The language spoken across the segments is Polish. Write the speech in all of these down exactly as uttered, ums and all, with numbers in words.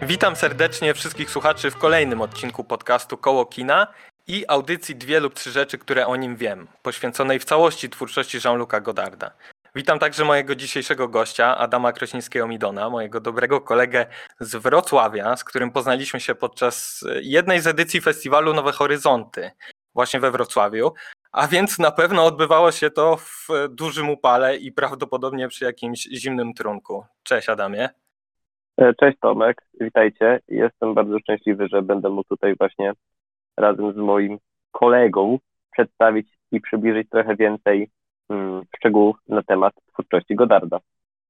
Witam serdecznie wszystkich słuchaczy w kolejnym odcinku podcastu Koło Kina i audycji Dwie lub Trzy Rzeczy, które o nim wiem, poświęconej w całości twórczości Jean-Luca Godarda. Witam także mojego dzisiejszego gościa, Adama Krośnickiego-Midona, mojego dobrego kolegę z Wrocławia, z którym poznaliśmy się podczas jednej z edycji festiwalu Nowe Horyzonty, właśnie we Wrocławiu, a więc na pewno odbywało się to w dużym upale i prawdopodobnie przy jakimś zimnym trunku. Cześć Adamie. Cześć Tomek, witajcie. Jestem bardzo szczęśliwy, że będę mógł tutaj właśnie razem z moim kolegą przedstawić i przybliżyć trochę więcej hmm, szczegółów na temat twórczości Godarda.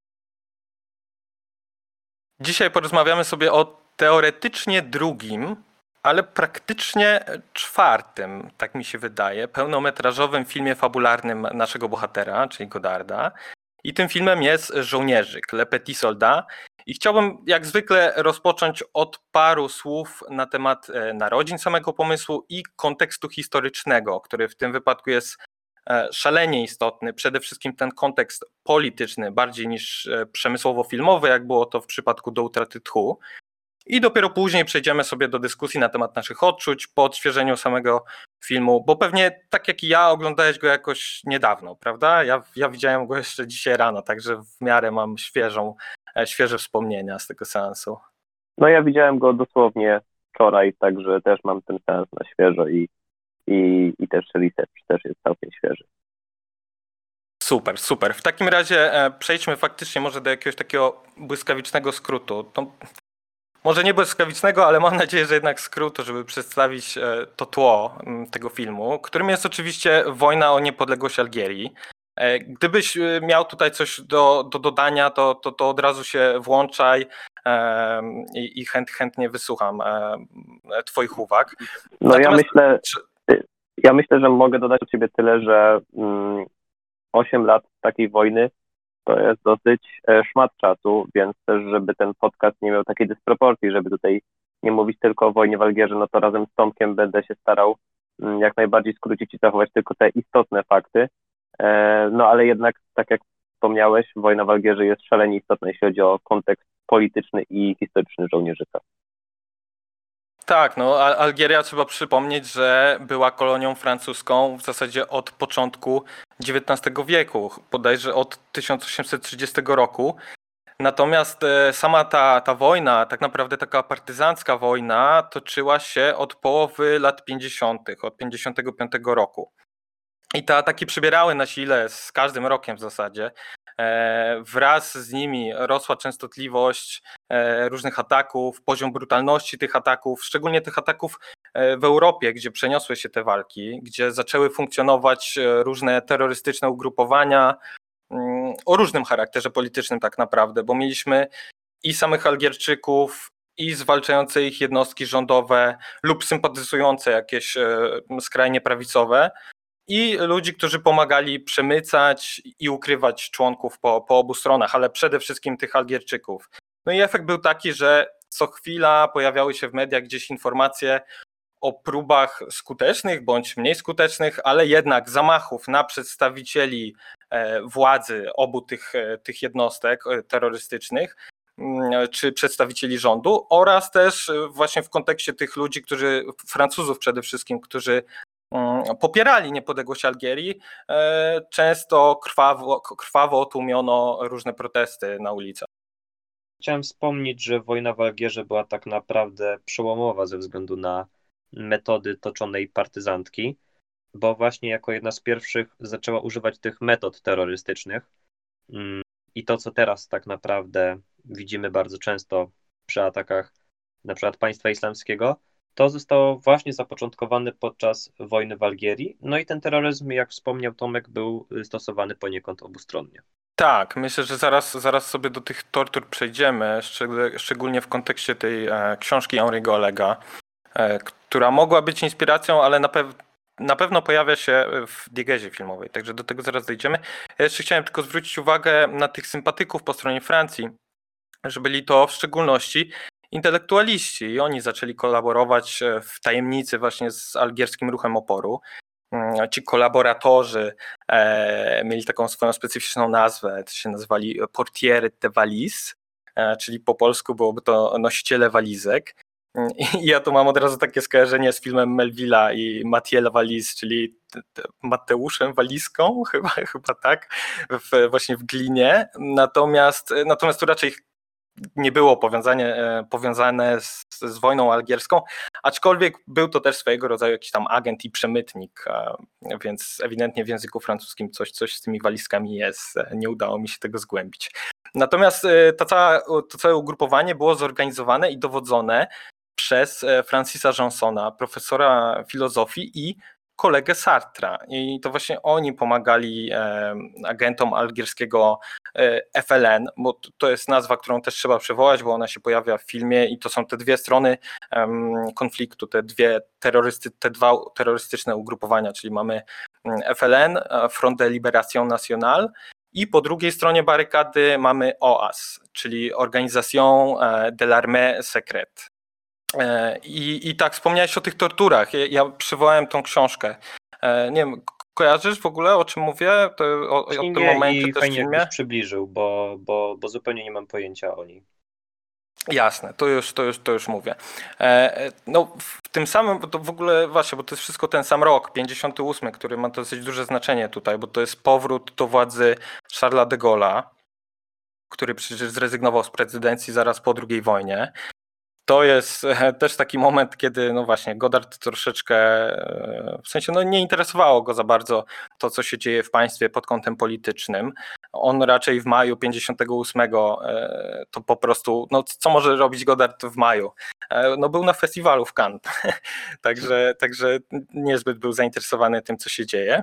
Dzisiaj porozmawiamy sobie o teoretycznie drugim, ale praktycznie czwartym, tak mi się wydaje, pełnometrażowym filmie fabularnym naszego bohatera, czyli Godarda. I tym filmem jest Żołnierzyk, Le Petit Soldat. I chciałbym jak zwykle rozpocząć od paru słów na temat narodzin samego pomysłu i kontekstu historycznego, który w tym wypadku jest szalenie istotny. Przede wszystkim ten kontekst polityczny, bardziej niż przemysłowo-filmowy, jak było to w przypadku Do utraty tchu. I dopiero później przejdziemy sobie do dyskusji na temat naszych odczuć po odświeżeniu samego filmu, bo pewnie tak jak i ja oglądałeś go jakoś niedawno, prawda? Ja, ja widziałem go jeszcze dzisiaj rano, także w miarę mam świeżą, świeże wspomnienia z tego seansu. No ja widziałem go dosłownie wczoraj, także też mam ten seans na świeżo i, i, i też research też jest całkiem świeży. Super, super. W takim razie przejdźmy faktycznie może do jakiegoś takiego błyskawicznego skrótu. To może nie błyskawicznego, ale mam nadzieję, że jednak skrótu, żeby przedstawić to tło tego filmu, którym jest oczywiście wojna o niepodległość Algierii. Gdybyś miał tutaj coś do, do dodania, to, to, to od razu się włączaj i, i chęt, chętnie wysłucham twoich uwag. No Natomiast... ja myślę, ja myślę, że mogę dodać od ciebie tyle, że osiem lat takiej wojny to jest dosyć szmat czasu, więc też, żeby ten podcast nie miał takiej dysproporcji, żeby tutaj nie mówić tylko o wojnie w Algierze, no to razem z Tomkiem będę się starał jak najbardziej skrócić i zachować tylko te istotne fakty. No ale jednak, tak jak wspomniałeś, wojna w Algierze jest szalenie istotna, jeśli chodzi o kontekst polityczny i historyczny Żołnierzyka. Tak, no Algieria, trzeba przypomnieć, że była kolonią francuską w zasadzie od początku dziewiętnastego wieku, bodajże od tysiąc osiemset trzydziestego roku. Natomiast sama ta, ta wojna, tak naprawdę taka partyzancka wojna, toczyła się od połowy lat pięćdziesiątych, od pięćdziesiątego piątego roku. I te ataki przybierały na sile z każdym rokiem w zasadzie. Wraz z nimi rosła częstotliwość różnych ataków, poziom brutalności tych ataków, szczególnie tych ataków w Europie, gdzie przeniosły się te walki, gdzie zaczęły funkcjonować różne terrorystyczne ugrupowania o różnym charakterze politycznym tak naprawdę, bo mieliśmy i samych Algierczyków, i zwalczające ich jednostki rządowe lub sympatyzujące jakieś skrajnie prawicowe, i ludzi, którzy pomagali przemycać i ukrywać członków po, po obu stronach, ale przede wszystkim tych Algierczyków. No i efekt był taki, że co chwila pojawiały się w mediach gdzieś informacje o próbach skutecznych bądź mniej skutecznych, ale jednak zamachów na przedstawicieli władzy obu tych, tych jednostek terrorystycznych czy przedstawicieli rządu oraz też właśnie w kontekście tych ludzi, którzy, Francuzów przede wszystkim, którzy popierali niepodległość Algierii, często krwawo, krwawo tłumiono różne protesty na ulicach. Chciałem wspomnieć, że wojna w Algierze była tak naprawdę przełomowa ze względu na metody toczonej partyzantki, bo właśnie jako jedna z pierwszych zaczęła używać tych metod terrorystycznych i to, co teraz tak naprawdę widzimy bardzo często przy atakach na przykład państwa islamskiego, to zostało właśnie zapoczątkowane podczas wojny w Algierii. No i ten terroryzm, jak wspomniał Tomek, był stosowany poniekąd obustronnie. Tak, myślę, że zaraz, zaraz sobie do tych tortur przejdziemy, szczególnie w kontekście tej książki Henry'ego Olega, która mogła być inspiracją, ale na, pew- na pewno pojawia się w diegezie filmowej, także do tego zaraz dojdziemy. Ja jeszcze chciałem tylko zwrócić uwagę na tych sympatyków po stronie Francji, że byli to w szczególności intelektualiści i oni zaczęli kolaborować w tajemnicy właśnie z algierskim ruchem oporu. Ci kolaboratorzy e, mieli taką swoją specyficzną nazwę, to się nazywali portier de valise czyli po polsku byłoby to Nosiciele walizek. I ja tu mam od razu takie skojarzenie z filmem Melville'a i Mathieu Valise, czyli Mateuszem Walizką, chyba, chyba tak, w, właśnie w Glinie. Natomiast, natomiast tu raczej nie było powiązanie, powiązane z, z wojną algierską, aczkolwiek był to też swojego rodzaju jakiś tam agent i przemytnik, więc ewidentnie w języku francuskim coś, coś z tymi walizkami jest. Nie udało mi się tego zgłębić. Natomiast to całe, to całe ugrupowanie było zorganizowane i dowodzone przez Francisa Jansona, profesora filozofii i kolegę Sartra. I to właśnie oni pomagali e, agentom algierskiego e, F L N, bo to jest nazwa, którą też trzeba przywołać, bo ona się pojawia w filmie i to są te dwie strony e, konfliktu, te dwie terrorysty, te dwa terrorystyczne ugrupowania, czyli mamy F L N, Front de Libération Nationale, i po drugiej stronie barykady mamy O A S, czyli Organisation de l'Armée Secrète. I, I tak, wspomniałeś o tych torturach. Ja, ja przywołałem tą książkę. Nie wiem, kojarzysz w ogóle, o czym mówię? To, o, o tym nie, momencie i też w fajnie filmie? jakbyś przybliżył, bo, bo, bo zupełnie nie mam pojęcia o niej. Jasne, to już, to już, to już mówię. No w tym samym, bo to w ogóle właśnie, bo to jest wszystko ten sam rok, pięćdziesiąty ósmy, który ma dosyć duże znaczenie tutaj, bo to jest powrót do władzy Charlesa de Gaulle'a, który przecież zrezygnował z prezydencji zaraz po drugiej wojnie. To jest też taki moment, kiedy no właśnie Godard troszeczkę, w sensie no nie interesowało go za bardzo to, co się dzieje w państwie pod kątem politycznym. On raczej w maju pięćdziesiątego ósmego to po prostu, no co może robić Godard w maju? No był na festiwalu w Cannes, także, także niezbyt był zainteresowany tym, co się dzieje.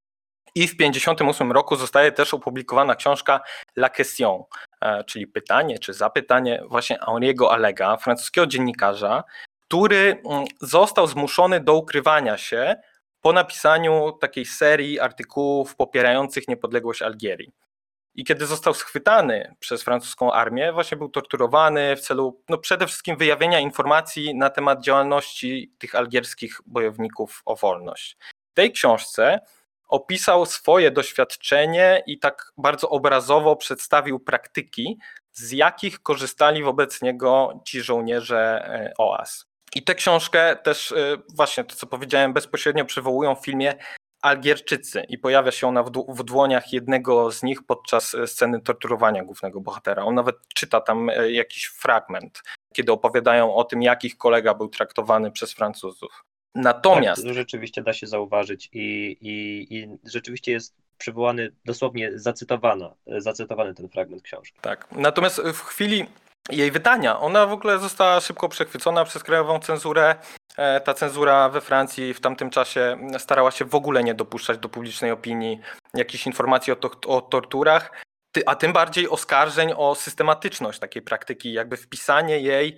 I w pięćdziesiątym ósmym roku zostaje też opublikowana książka La Question, czyli pytanie czy zapytanie właśnie Henri'ego Allega, francuskiego dziennikarza, który został zmuszony do ukrywania się po napisaniu takiej serii artykułów popierających niepodległość Algierii. I kiedy został schwytany przez francuską armię, właśnie był torturowany w celu no przede wszystkim wyjawienia informacji na temat działalności tych algierskich bojowników o wolność. W tej książce opisał swoje doświadczenie i tak bardzo obrazowo przedstawił praktyki, z jakich korzystali wobec niego ci żołnierze O A S. I tę książkę też właśnie to, co powiedziałem, bezpośrednio przywołują w filmie Algierczycy i pojawia się ona w, d- w dłoniach jednego z nich podczas sceny torturowania głównego bohatera. On nawet czyta tam jakiś fragment, kiedy opowiadają o tym, jak ich kolega był traktowany przez Francuzów. Natomiast... Tak, rzeczywiście da się zauważyć i, i, i rzeczywiście jest przywołany, dosłownie zacytowana, zacytowany ten fragment książki. Tak, natomiast w chwili jej wydania ona w ogóle została szybko przechwycona przez krajową cenzurę. Ta cenzura we Francji w tamtym czasie starała się w ogóle nie dopuszczać do publicznej opinii jakichś informacji o, to, o torturach, a tym bardziej oskarżeń o systematyczność takiej praktyki, jakby wpisanie jej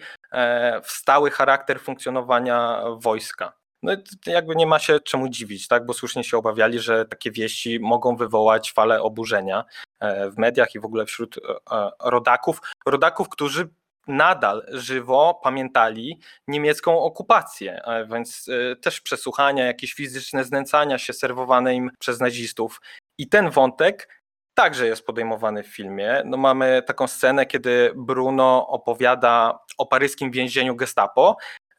w stały charakter funkcjonowania wojska. No jakby nie ma się czemu dziwić, tak? Bo słusznie się obawiali, że takie wieści mogą wywołać falę oburzenia w mediach i w ogóle wśród rodaków, rodaków, którzy nadal żywo pamiętali niemiecką okupację, więc też przesłuchania, jakieś fizyczne znęcania się serwowane im przez nazistów. I ten wątek także jest podejmowany w filmie. No mamy taką scenę, kiedy Bruno opowiada o paryskim więzieniu Gestapo,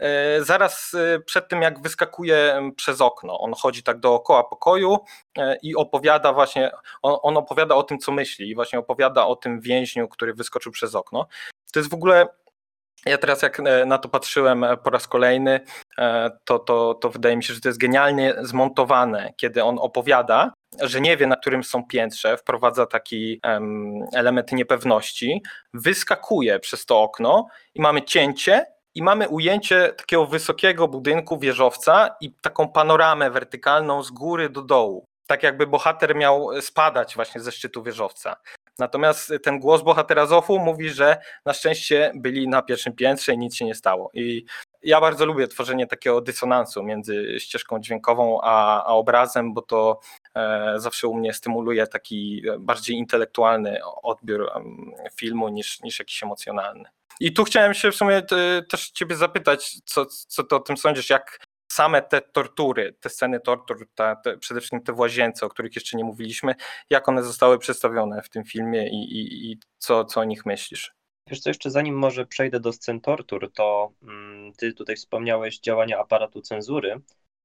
zaraz przed tym, jak wyskakuje przez okno. On chodzi tak dookoła pokoju i opowiada właśnie, on, on opowiada o tym, co myśli i właśnie opowiada o tym więźniu, który wyskoczył przez okno. To jest w ogóle, ja teraz jak na to patrzyłem po raz kolejny, to, to, to wydaje mi się, że to jest genialnie zmontowane, kiedy on opowiada, że nie wie, na którym są piętrze, wprowadza taki um, element niepewności, wyskakuje przez to okno i mamy cięcie i mamy ujęcie takiego wysokiego budynku, wieżowca i taką panoramę wertykalną z góry do dołu. Tak jakby bohater miał spadać właśnie ze szczytu wieżowca. Natomiast ten głos bohatera Zofu mówi, że na szczęście byli na pierwszym piętrze i nic się nie stało. I ja bardzo lubię tworzenie takiego dysonansu między ścieżką dźwiękową a, a obrazem, bo to e, zawsze u mnie stymuluje taki bardziej intelektualny odbiór um, filmu niż, niż jakiś emocjonalny. I tu chciałem się w sumie te, też ciebie zapytać, co, co ty o tym sądzisz, jak same te tortury, te sceny tortur, te, te, przede wszystkim te w łazience, o których jeszcze nie mówiliśmy, jak one zostały przedstawione w tym filmie i, i, i co, co o nich myślisz? Wiesz co, jeszcze zanim może przejdę do scen tortur, to mm, ty tutaj wspomniałeś działania aparatu cenzury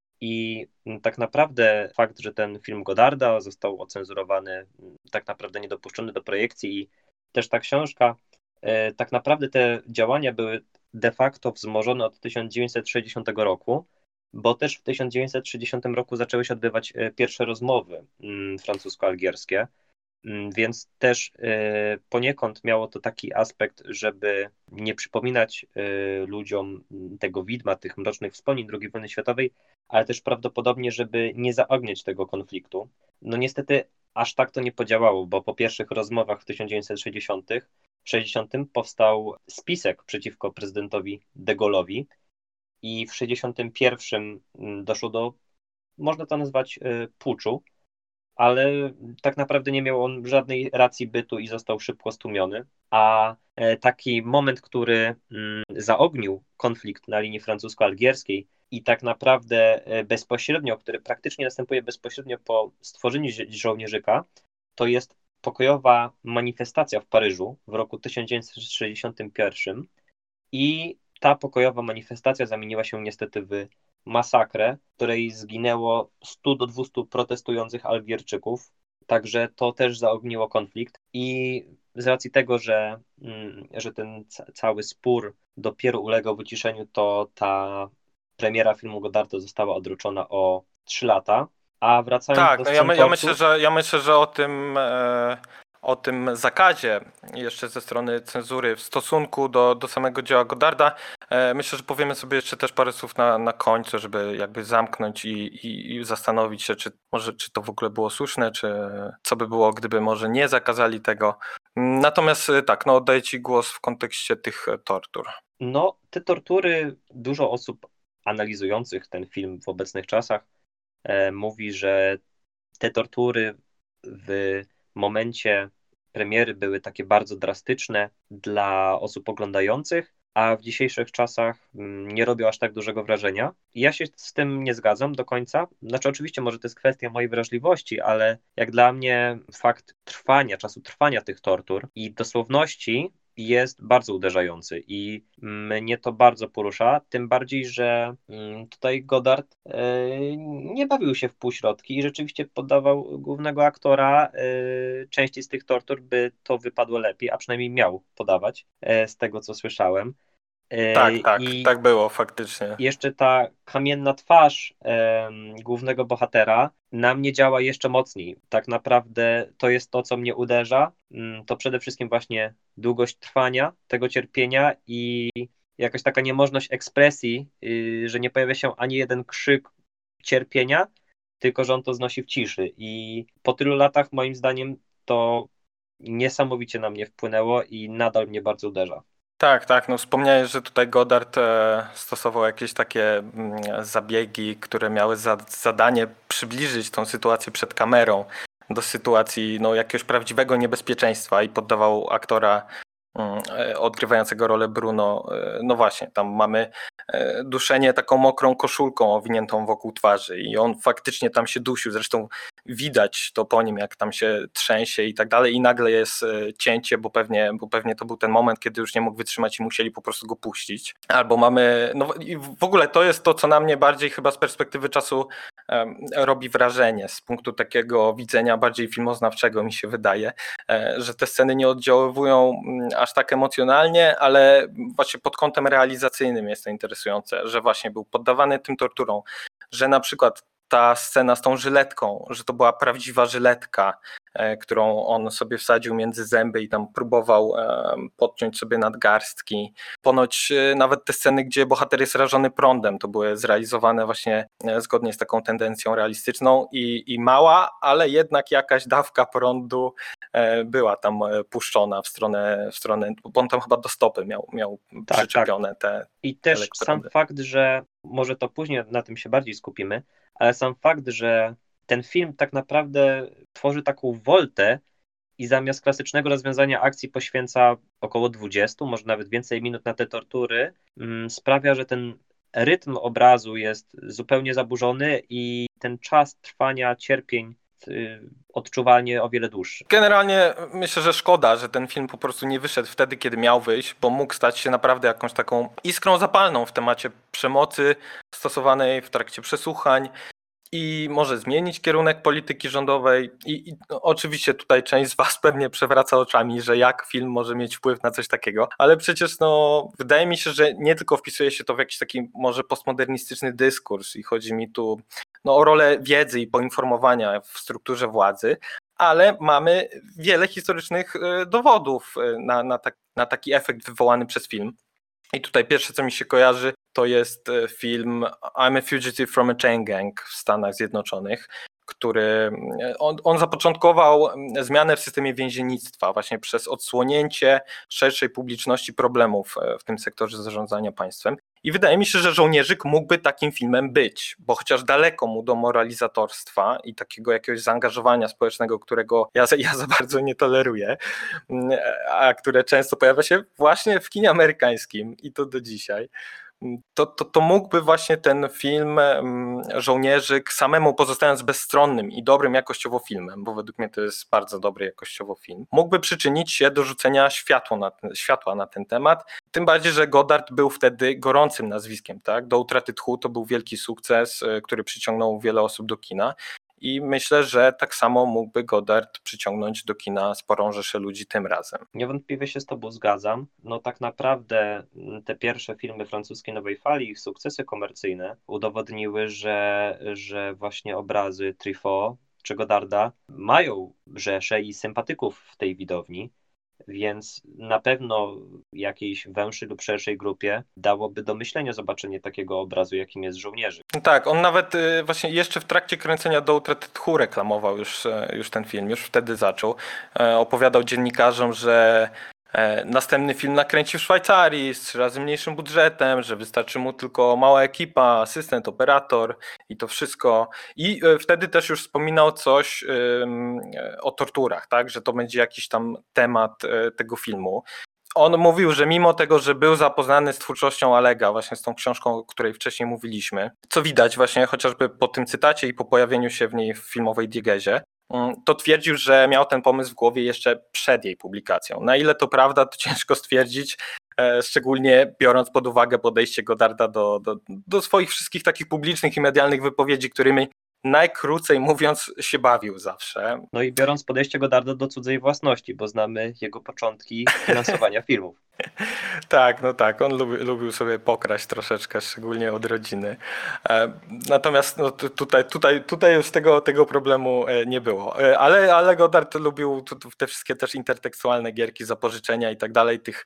i mm, tak naprawdę fakt, że ten film Goddarda został ocenzurowany, mm, tak naprawdę niedopuszczony do projekcji i też ta książka, e, tak naprawdę te działania były de facto wzmożone od tysiąc dziewięćset sześćdziesiątego roku, bo też w tysiąc dziewięćset sześćdziesiątym roku zaczęły się odbywać e, pierwsze rozmowy mm, francusko-algierskie. Mm, Więc też e, poniekąd miało to taki aspekt, żeby nie przypominać e, ludziom mm, tego widma, tych mrocznych wspomnień drugiej wojny światowej, ale też prawdopodobnie, żeby nie zaogniać tego konfliktu. No niestety aż tak to nie podziałało, bo po pierwszych rozmowach w tysiąc dziewięćset sześćdziesiątym sześćdziesiątym powstał spisek przeciwko prezydentowi de Gaulle'owi i w sześćdziesiątym pierwszym mm, doszło do, można to nazwać, e, puczu, ale tak naprawdę nie miał on żadnej racji bytu i został szybko stłumiony. A e, taki moment, który mm, zaognił konflikt na linii francusko-algierskiej i tak naprawdę e, bezpośrednio, który praktycznie następuje bezpośrednio po stworzeniu żo- żołnierzyka, to jest pokojowa manifestacja w Paryżu w roku tysiąc dziewięćset sześćdziesiątym pierwszym i ta pokojowa manifestacja zamieniła się niestety w masakrę, w której zginęło stu do dwustu protestujących Algierczyków. Także to też zaogniło konflikt. I z racji tego, że, mm, że ten ca- cały spór dopiero ulegał wyciszeniu, to ta premiera filmu Goddarda została odroczona o trzy lata. A wracając Tak, do no ja, scen my, ja myślę, tortur, że ja myślę, że o tym e, o tym zakazie jeszcze ze strony cenzury w stosunku do, do samego dzieła Goddarda, e, myślę, że powiemy sobie jeszcze też parę słów na, na końcu, żeby jakby zamknąć i, i, i zastanowić się, czy może czy to w ogóle było słuszne, czy co by było, gdyby może nie zakazali tego. Natomiast e, tak, no oddaję Ci głos w kontekście tych e, tortur. no te tortury, dużo osób analizujących ten film w obecnych czasach e, mówi, że te tortury w momencie premiery były takie bardzo drastyczne dla osób oglądających, a w dzisiejszych czasach mm, nie robią aż tak dużego wrażenia. I ja się z tym nie zgadzam do końca. Znaczy, oczywiście, może to jest kwestia mojej wrażliwości, ale jak dla mnie fakt trwania, czasu trwania tych tortur i dosłowności jest bardzo uderzający i mnie to bardzo porusza, tym bardziej, że mm, tutaj Goddard e, nie bawił się w półśrodki i rzeczywiście poddawał głównego aktora e, części z tych tortur, by to wypadło lepiej, a przynajmniej miał podawać, e, z tego co słyszałem. E, Tak, tak, I tak było faktycznie. jeszcze ta kamienna twarz em, głównego bohatera na mnie działa jeszcze mocniej. Tak naprawdę to jest to, co mnie uderza. Mm, To przede wszystkim właśnie długość trwania tego cierpienia i jakaś taka niemożność ekspresji, y, że nie pojawia się ani jeden krzyk cierpienia, tylko że on to znosi w ciszy. I po tylu latach, moim zdaniem, to niesamowicie na mnie wpłynęło i nadal mnie bardzo uderza. Tak, tak, no wspomniałeś, że tutaj Goddard e, stosował jakieś takie mm, zabiegi, które miały za zadanie przybliżyć tą sytuację przed kamerą do sytuacji no, jakiegoś prawdziwego niebezpieczeństwa i poddawał aktora mm, e, odgrywającego rolę Bruno. e, No właśnie, tam mamy e, duszenie taką mokrą koszulką owiniętą wokół twarzy i on faktycznie tam się dusił, zresztą widać to po nim, jak tam się trzęsie i tak dalej i nagle jest e, cięcie, bo pewnie, bo pewnie to był ten moment, kiedy już nie mógł wytrzymać i musieli po prostu go puścić. Albo mamy, no i w ogóle to jest to, co na mnie bardziej chyba z perspektywy czasu em, robi wrażenie, z punktu takiego widzenia bardziej filmoznawczego mi się wydaje, e, że te sceny nie oddziaływują mm, aż tak emocjonalnie, ale właśnie pod kątem realizacyjnym jest to interesujące, że właśnie był poddawany tym torturom, że na przykład ta scena z tą żyletką, że to była prawdziwa żyletka, e, którą on sobie wsadził między zęby i tam próbował e, podciąć sobie nadgarstki. Ponoć e, nawet te sceny, gdzie bohater jest rażony prądem, to były zrealizowane właśnie e, zgodnie z taką tendencją realistyczną i, i mała, ale jednak jakaś dawka prądu e, była tam e, puszczona w stronę, w stronę, bo on tam chyba do stopy miał, miał Tak, przyczepione te I też elektrody. sam fakt, że może to później na tym się bardziej skupimy, ale sam fakt, że ten film tak naprawdę tworzy taką woltę i zamiast klasycznego rozwiązania akcji poświęca około dwudziestu, może nawet więcej minut na te tortury, mm, sprawia, że ten rytm obrazu jest zupełnie zaburzony i ten czas trwania cierpień jest y, odczuwalnie o wiele dłuższy. Generalnie myślę, że szkoda, że ten film po prostu nie wyszedł wtedy, kiedy miał wyjść, bo mógł stać się naprawdę jakąś taką iskrą zapalną w temacie przemocy stosowanej w trakcie przesłuchań i może zmienić kierunek polityki rządowej. I, i no, oczywiście tutaj część z was pewnie przewraca oczami, że jak film może mieć wpływ na coś takiego, ale przecież no wydaje mi się, że nie tylko wpisuje się to w jakiś taki może postmodernistyczny dyskurs i chodzi mi tu no, o rolę wiedzy i poinformowania w strukturze władzy, ale mamy wiele historycznych dowodów na, na, tak, na taki efekt wywołany przez film. I tutaj pierwsze, co mi się kojarzy, to jest film I'm a Fugitive from a Chain Gang w Stanach Zjednoczonych, który on, on zapoczątkował zmianę w systemie więziennictwa właśnie przez odsłonięcie szerszej publiczności problemów w tym sektorze zarządzania państwem. I wydaje mi się, że Żołnierzyk mógłby takim filmem być, bo chociaż daleko mu do moralizatorstwa i takiego jakiegoś zaangażowania społecznego, którego ja, ja za bardzo nie toleruję, a które często pojawia się właśnie w kinie amerykańskim i to do dzisiaj, to, to, to mógłby właśnie ten film Żołnierzyk, samemu pozostając bezstronnym i dobrym jakościowo filmem, bo według mnie to jest bardzo dobry jakościowo film, mógłby przyczynić się do rzucenia światła na ten, światła na ten temat. Tym bardziej, że Godard był wtedy gorącym nazwiskiem, tak? Do utraty tchu to był wielki sukces, który przyciągnął wiele osób do kina. I myślę, że tak samo mógłby Godard przyciągnąć do kina sporą rzeszę ludzi tym razem. Niewątpliwie się z tobą zgadzam. No tak naprawdę te pierwsze filmy francuskiej nowej fali, ich sukcesy komercyjne udowodniły, że, że właśnie obrazy Truffaut czy Godarda mają rzeszę i sympatyków w tej widowni, więc na pewno jakiejś węższej lub szerszej grupie dałoby do myślenia zobaczenie takiego obrazu, jakim jest Żołnierzyk. Tak, on nawet właśnie jeszcze w trakcie kręcenia Do utraty tchu reklamował już, już ten film, już wtedy zaczął. Opowiadał dziennikarzom, że następny film nakręci w Szwajcarii z trzy razy mniejszym budżetem, że wystarczy mu tylko mała ekipa, asystent, operator i to wszystko. I wtedy też już wspominał coś o torturach, tak, że to będzie jakiś tam temat tego filmu. On mówił, że mimo tego, że był zapoznany z twórczością Allega, właśnie z tą książką, o której wcześniej mówiliśmy, co widać właśnie chociażby po tym cytacie i po pojawieniu się w niej w filmowej diegezie, to twierdził, że miał ten pomysł w głowie jeszcze przed jej publikacją. Na ile to prawda, to ciężko stwierdzić, szczególnie biorąc pod uwagę podejście Godarda do, do, do swoich wszystkich takich publicznych i medialnych wypowiedzi, którymi najkrócej mówiąc się bawił zawsze. No i biorąc podejście Godarda do cudzej własności, bo znamy jego początki finansowania filmów. Tak, no tak, on lubi, lubił sobie pokraść troszeczkę, szczególnie od rodziny. Natomiast no, tutaj, tutaj, tutaj już tego, tego problemu nie było. Ale, ale Godard lubił te wszystkie też intertekstualne gierki, zapożyczenia i tak dalej. Tych,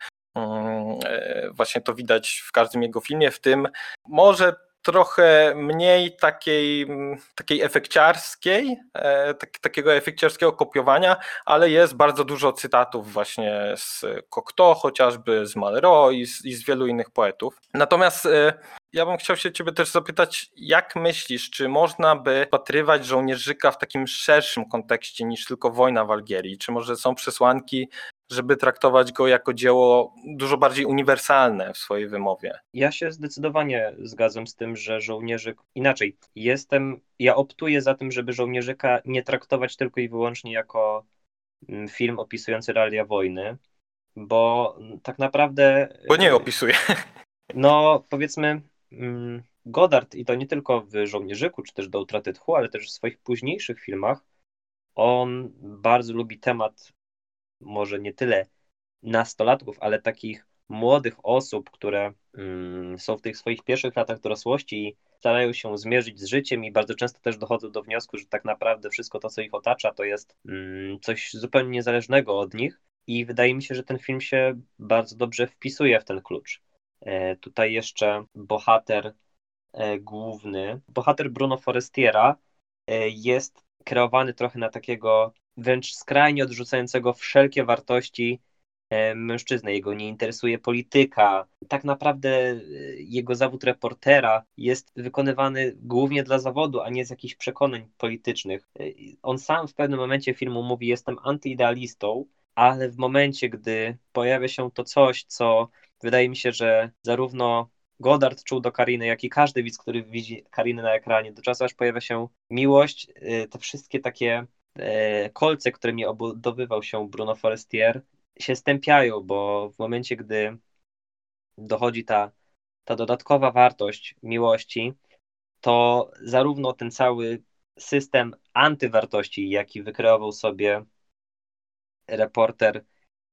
właśnie to widać w każdym jego filmie, w tym może trochę mniej takiej, takiej efekciarskiej, tak, takiego efekciarskiego kopiowania, ale jest bardzo dużo cytatów właśnie z Cocteau chociażby, z Malraux i z, i z wielu innych poetów. Natomiast ja bym chciał się ciebie też zapytać, jak myślisz, czy można by patrywać Żołnierzyka w takim szerszym kontekście niż tylko wojna w Algierii? Czy może są przesłanki, żeby traktować go jako dzieło dużo bardziej uniwersalne w swojej wymowie? Ja się zdecydowanie zgadzam z tym, że Żołnierzyk, inaczej, jestem, ja optuję za tym, żeby Żołnierzyka nie traktować tylko i wyłącznie jako film opisujący realia wojny, bo tak naprawdę... Bo nie opisuje. No powiedzmy, Godard, i to nie tylko w Żołnierzyku, czy też Do utraty tchu, ale też w swoich późniejszych filmach, on bardzo lubi temat może nie tyle nastolatków, ale takich młodych osób, które mm, są w tych swoich pierwszych latach dorosłości i starają się zmierzyć z życiem i bardzo często też dochodzą do wniosku, że tak naprawdę wszystko to, co ich otacza, to jest mm, coś zupełnie niezależnego od nich i wydaje mi się, że ten film się bardzo dobrze wpisuje w ten klucz. E, tutaj jeszcze bohater e, główny, bohater Bruno Forestiera e, jest kreowany trochę na takiego wręcz skrajnie odrzucającego wszelkie wartości mężczyznę. Jego nie interesuje polityka. Tak naprawdę jego zawód reportera jest wykonywany głównie dla zawodu, a nie z jakichś przekonań politycznych. On sam w pewnym momencie filmu mówi: jestem antyidealistą, ale w momencie, gdy pojawia się to coś, co wydaje mi się, że zarówno Godard czuł do Kariny, jak i każdy widz, który widzi Karinę na ekranie, do czasu aż pojawia się miłość, te wszystkie takie kolce, którymi obudowywał się Bruno Forestier, się stępiają, bo w momencie, gdy dochodzi ta, ta dodatkowa wartość miłości, to zarówno ten cały system antywartości, jaki wykreował sobie reporter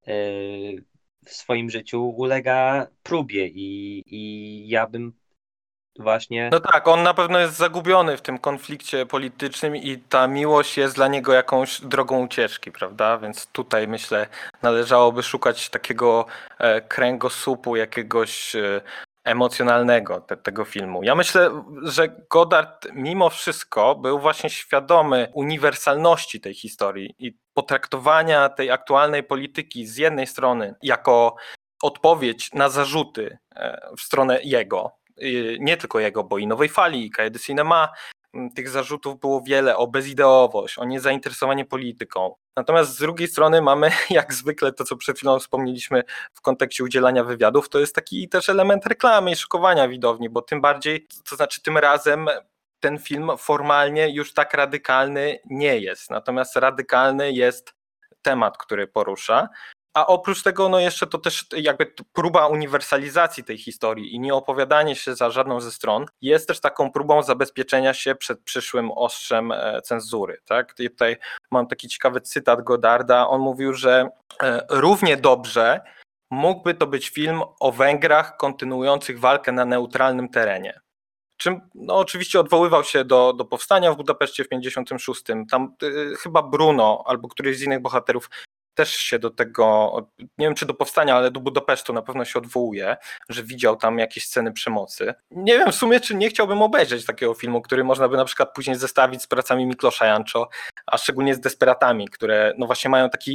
w swoim życiu, ulega próbie i, i ja bym właśnie... No tak, on na pewno jest zagubiony w tym konflikcie politycznym i ta miłość jest dla niego jakąś drogą ucieczki, prawda? Więc tutaj myślę należałoby szukać takiego kręgosłupu, jakiegoś emocjonalnego te, tego filmu. Ja myślę, że Godard mimo wszystko był właśnie świadomy uniwersalności tej historii i potraktowania tej aktualnej polityki z jednej strony jako odpowiedź na zarzuty w stronę jego, nie tylko jego, bo i Nowej Fali, i Cahiers du Cinema, tych zarzutów było wiele o bezideowość, o niezainteresowanie polityką. Natomiast z drugiej strony mamy jak zwykle to, co przed chwilą wspomnieliśmy w kontekście udzielania wywiadów, to jest taki też element reklamy i szokowania widowni, bo tym bardziej, to znaczy tym razem ten film formalnie już tak radykalny nie jest, natomiast radykalny jest temat, który porusza. A oprócz tego, no jeszcze to też jakby próba uniwersalizacji tej historii i nie opowiadanie się za żadną ze stron jest też taką próbą zabezpieczenia się przed przyszłym ostrzem cenzury. Tak? I tutaj mam taki ciekawy cytat Godarda. On mówił, że równie dobrze mógłby to być film o Węgrach kontynuujących walkę na neutralnym terenie. Czym no oczywiście odwoływał się do, do powstania w Budapeszcie w pięćdziesiątym szóstym. Tam y, chyba Bruno albo któryś z innych bohaterów też się do tego, nie wiem czy do powstania, ale do Budapesztu na pewno się odwołuje, że widział tam jakieś sceny przemocy. Nie wiem w sumie, czy nie chciałbym obejrzeć takiego filmu, który można by na przykład później zestawić z pracami Miklosza Jancho, a szczególnie z Desperatami, które no właśnie mają taki,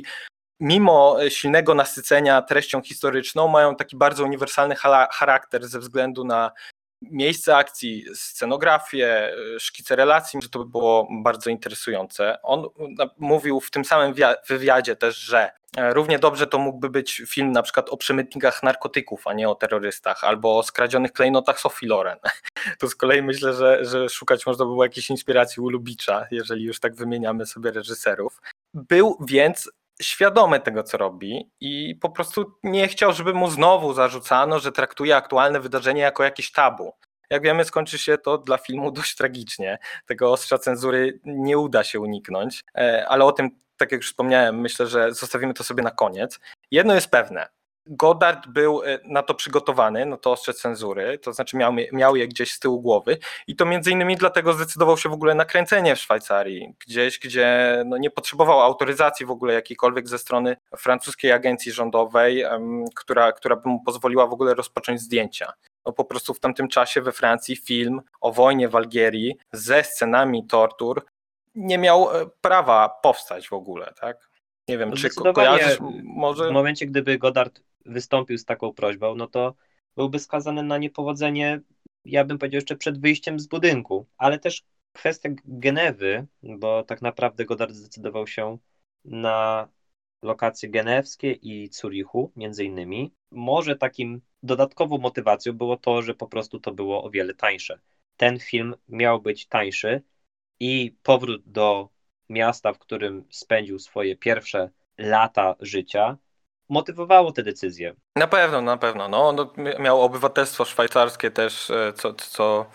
mimo silnego nasycenia treścią historyczną, mają taki bardzo uniwersalny charakter ze względu na miejsce akcji, scenografię, szkice relacji, że to by było bardzo interesujące. On mówił w tym samym wywiadzie też, że równie dobrze to mógłby być film na przykład o przemytnikach narkotyków, a nie o terrorystach, albo o skradzionych klejnotach Sophie Loren. To z kolei myślę, że, że szukać można było jakiejś inspiracji u Lubicza, jeżeli już tak wymieniamy sobie reżyserów. Był więc świadomy tego, co robi i po prostu nie chciał, żeby mu znowu zarzucano, że traktuje aktualne wydarzenie jako jakieś tabu. Jak wiemy, skończy się to dla filmu dość tragicznie. Tego ostrza cenzury nie uda się uniknąć, ale o tym, tak jak już wspomniałem, myślę, że zostawimy to sobie na koniec. Jedno jest pewne. Godard był na to przygotowany, na to ostrze cenzury, to znaczy miał, miał je gdzieś z tyłu głowy i to między innymi dlatego zdecydował się w ogóle na kręcenie w Szwajcarii, gdzieś, gdzie no nie potrzebował autoryzacji w ogóle jakiejkolwiek ze strony francuskiej agencji rządowej, um, która, która by mu pozwoliła w ogóle rozpocząć zdjęcia. No po prostu w tamtym czasie we Francji film o wojnie w Algierii ze scenami tortur nie miał prawa powstać w ogóle, tak? Nie wiem, No czy ko- kojarzysz może... W momencie, gdyby Godard wystąpił z taką prośbą, no to byłby skazany na niepowodzenie, ja bym powiedział, jeszcze przed wyjściem z budynku. Ale też kwestia Genewy, bo tak naprawdę Godard zdecydował się na lokacje genewskie i Zurichu między innymi. Może takim dodatkową motywacją było to, że po prostu to było o wiele tańsze. Ten film miał być tańszy i powrót do miasta, w którym spędził swoje pierwsze lata życia, motywowało te decyzje. Na pewno, na pewno. No, no, miał obywatelstwo szwajcarskie też, co, co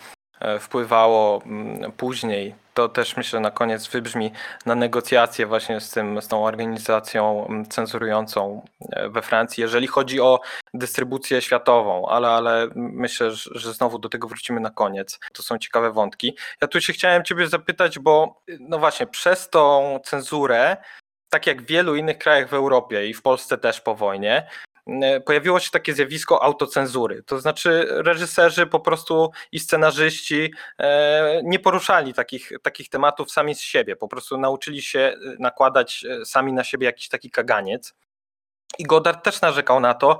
wpływało później. To też myślę na koniec wybrzmi na negocjacje właśnie z tym, z tą organizacją cenzurującą we Francji, jeżeli chodzi o dystrybucję światową, ale, ale myślę, że znowu do tego wrócimy na koniec. To są ciekawe wątki. Ja tu się chciałem ciebie zapytać, bo no właśnie przez tą cenzurę, tak jak w wielu innych krajach w Europie i w Polsce też po wojnie, pojawiło się takie zjawisko autocenzury. To znaczy reżyserzy po prostu i scenarzyści nie poruszali takich, takich tematów sami z siebie. Po prostu nauczyli się nakładać sami na siebie jakiś taki kaganiec. I Godard też narzekał na to,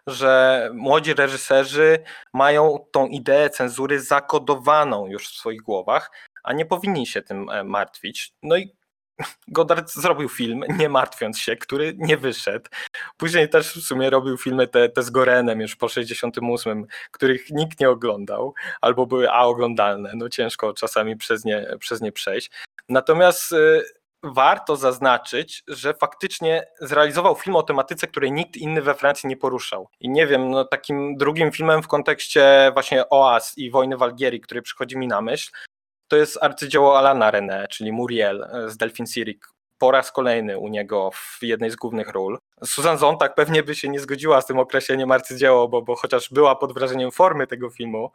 że młodzi reżyserzy mają tą ideę cenzury zakodowaną już w swoich głowach, a nie powinni się tym martwić. No i Godard zrobił film, nie martwiąc się, który nie wyszedł. Później też w sumie robił filmy te, te z Gorenem już po sześćdziesiątym ósmym, których nikt nie oglądał, albo były a oglądalne, no ciężko czasami przez nie, przez nie przejść. Natomiast y, warto zaznaczyć, że faktycznie zrealizował film o tematyce, której nikt inny we Francji nie poruszał. I nie wiem, no takim drugim filmem w kontekście właśnie Oaz i wojny w Algierii, który przychodzi mi na myśl, to jest arcydzieło Alana René, czyli Muriel z Delphine Seyrig. Po raz kolejny u niego w jednej z głównych ról. Susan Sontag pewnie by się nie zgodziła z tym określeniem arcydzieło, bo, bo chociaż była pod wrażeniem formy tego filmu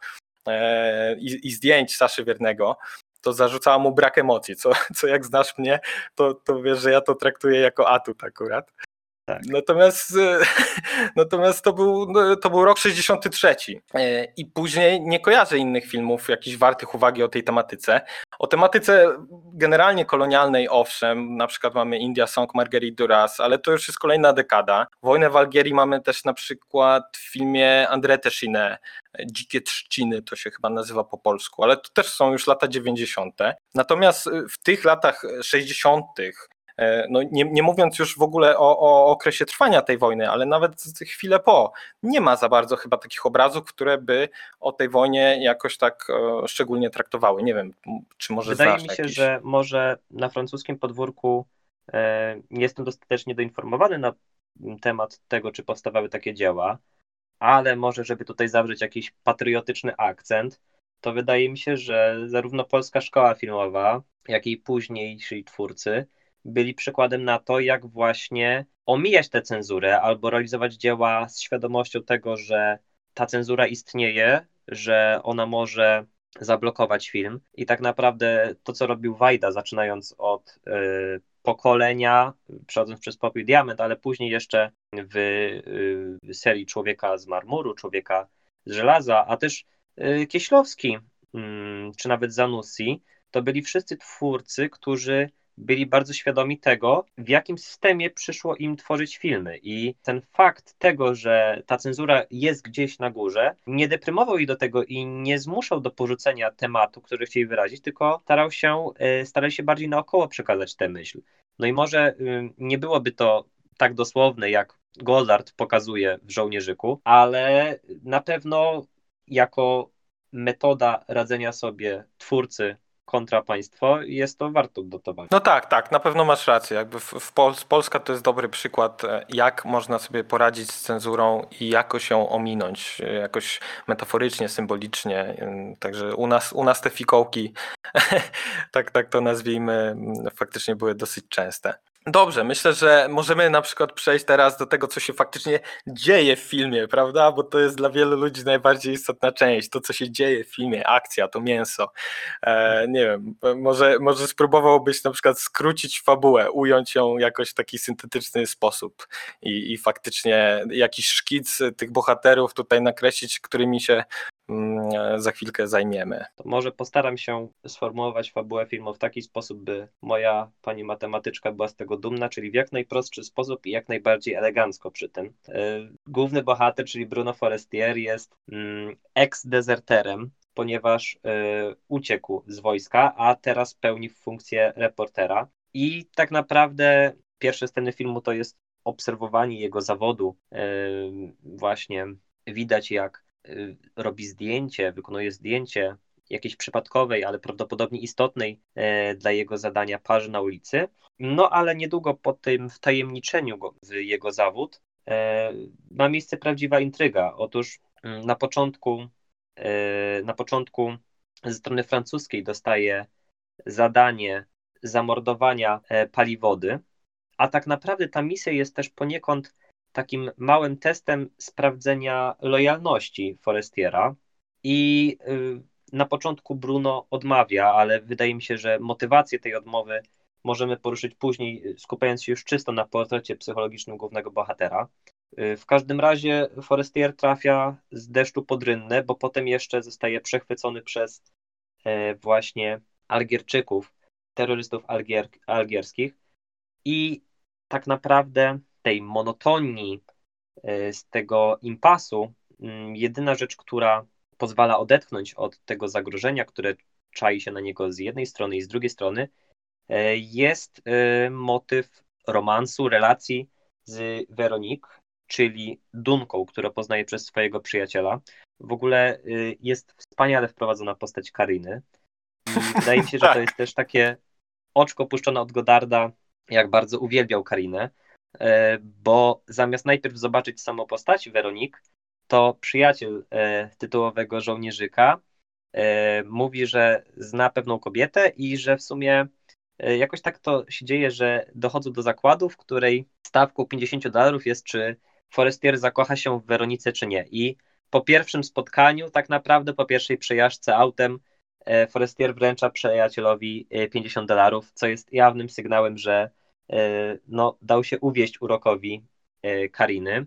e, i, i zdjęć Saszy Wiernego, to zarzucała mu brak emocji, co, co jak znasz mnie, to, to wiesz, że ja to traktuję jako atut akurat. Tak. Natomiast, natomiast to, był, to był rok sześćdziesiąty trzeci i później nie kojarzę innych filmów jakichś wartych uwagi o tej tematyce. O tematyce generalnie kolonialnej owszem, na przykład mamy India Song Marguerite Duras, ale to już jest kolejna dekada. Wojnę w Algierii mamy też na przykład w filmie André Téchiné, Dzikie Trzciny to się chyba nazywa po polsku, ale to też są już lata dziewięćdziesiąte. Natomiast w tych latach sześćdziesiątych, no nie, nie mówiąc już w ogóle o, o okresie trwania tej wojny, ale nawet chwilę po, nie ma za bardzo chyba takich obrazów, które by o tej wojnie jakoś tak e, szczególnie traktowały. Nie wiem, czy może Wydaje znasz mi się, jakiś... że może na francuskim podwórku e, nie jestem dostatecznie doinformowany na temat tego, czy powstawały takie dzieła, ale może, żeby tutaj zawrzeć jakiś patriotyczny akcent, to wydaje mi się, że zarówno polska szkoła filmowa, jak i późniejsi twórcy byli przykładem na to, jak właśnie omijać tę cenzurę albo realizować dzieła z świadomością tego, że ta cenzura istnieje, że ona może zablokować film. I tak naprawdę to, co robił Wajda, zaczynając od y, pokolenia, przechodząc przez Popiół i Diament, ale później jeszcze w, y, w serii Człowieka z marmuru, Człowieka z żelaza, a też y, Kieślowski, y, czy nawet Zanussi, to byli wszyscy twórcy, którzy byli bardzo świadomi tego, w jakim systemie przyszło im tworzyć filmy. I ten fakt tego, że ta cenzura jest gdzieś na górze, nie deprymował ich do tego i nie zmuszał do porzucenia tematu, który chcieli wyrazić, tylko starał się, starał się bardziej naokoło przekazać tę myśl. No i może nie byłoby to tak dosłowne, jak Godard pokazuje w Żołnierzyku, ale na pewno jako metoda radzenia sobie twórcy kontra państwo, jest to warto dotowania. No tak, tak, na pewno masz rację. Jakby w, w Pol- Polska to jest dobry przykład, jak można sobie poradzić z cenzurą i jakoś ją ominąć, jakoś metaforycznie, symbolicznie. Także u nas, u nas te fikołki, tak, tak to nazwijmy, faktycznie były dosyć częste. Dobrze, myślę, że możemy na przykład przejść teraz do tego, co się faktycznie dzieje w filmie, prawda? Bo to jest dla wielu ludzi najbardziej istotna część. To, co się dzieje w filmie, akcja, to mięso. E, nie wiem, może, może spróbowałbyś na przykład skrócić fabułę, ująć ją jakoś w taki syntetyczny sposób i, i faktycznie jakiś szkic tych bohaterów tutaj nakreślić, którymi się za chwilkę zajmiemy. To może postaram się sformułować fabułę filmu w taki sposób, by moja pani matematyczka była z tego dumna, czyli w jak najprostszy sposób i jak najbardziej elegancko przy tym. Główny bohater, czyli Bruno Forestier, jest ex-dezerterem, ponieważ uciekł z wojska, a teraz pełni funkcję reportera. I tak naprawdę pierwsze sceny filmu to jest obserwowanie jego zawodu. Właśnie widać, jak robi zdjęcie, wykonuje zdjęcie jakiejś przypadkowej, ale prawdopodobnie istotnej e, dla jego zadania parzy na ulicy. No ale niedługo po tym wtajemniczeniu go w jego zawód e, ma miejsce prawdziwa intryga. Otóż m, na początku e, na początku ze strony francuskiej dostaje zadanie zamordowania e, Paliwody, a tak naprawdę ta misja jest też poniekąd takim małym testem sprawdzenia lojalności Forestiera i na początku Bruno odmawia, ale wydaje mi się, że motywację tej odmowy możemy poruszyć później, skupiając się już czysto na portrecie psychologicznym głównego bohatera. W każdym razie Forestier trafia z deszczu pod rynnę, bo potem jeszcze zostaje przechwycony przez właśnie Algierczyków, terrorystów algier, algierskich i tak naprawdę tej monotonii, z tego impasu, jedyna rzecz, która pozwala odetchnąć od tego zagrożenia, które czai się na niego z jednej strony i z drugiej strony, jest motyw romansu, relacji z Veronique, czyli Dunką, którą poznaje przez swojego przyjaciela. W ogóle jest wspaniale wprowadzona postać Kariny i wydaje mi się, że to jest też takie oczko puszczone od Godarda, jak bardzo uwielbiał Karinę, bo zamiast najpierw zobaczyć samą postać Veronique, to przyjaciel tytułowego żołnierzyka mówi, że zna pewną kobietę i że w sumie jakoś tak to się dzieje, że dochodzą do zakładu, w której stawką pięćdziesiąt dolarów jest, czy Forestier zakocha się w Weronice, czy nie. I po pierwszym spotkaniu, tak naprawdę po pierwszej przejażdżce autem, Forestier wręcza przyjacielowi pięćdziesiąt dolarów, co jest jawnym sygnałem, że no, dał się uwieść urokowi Kariny.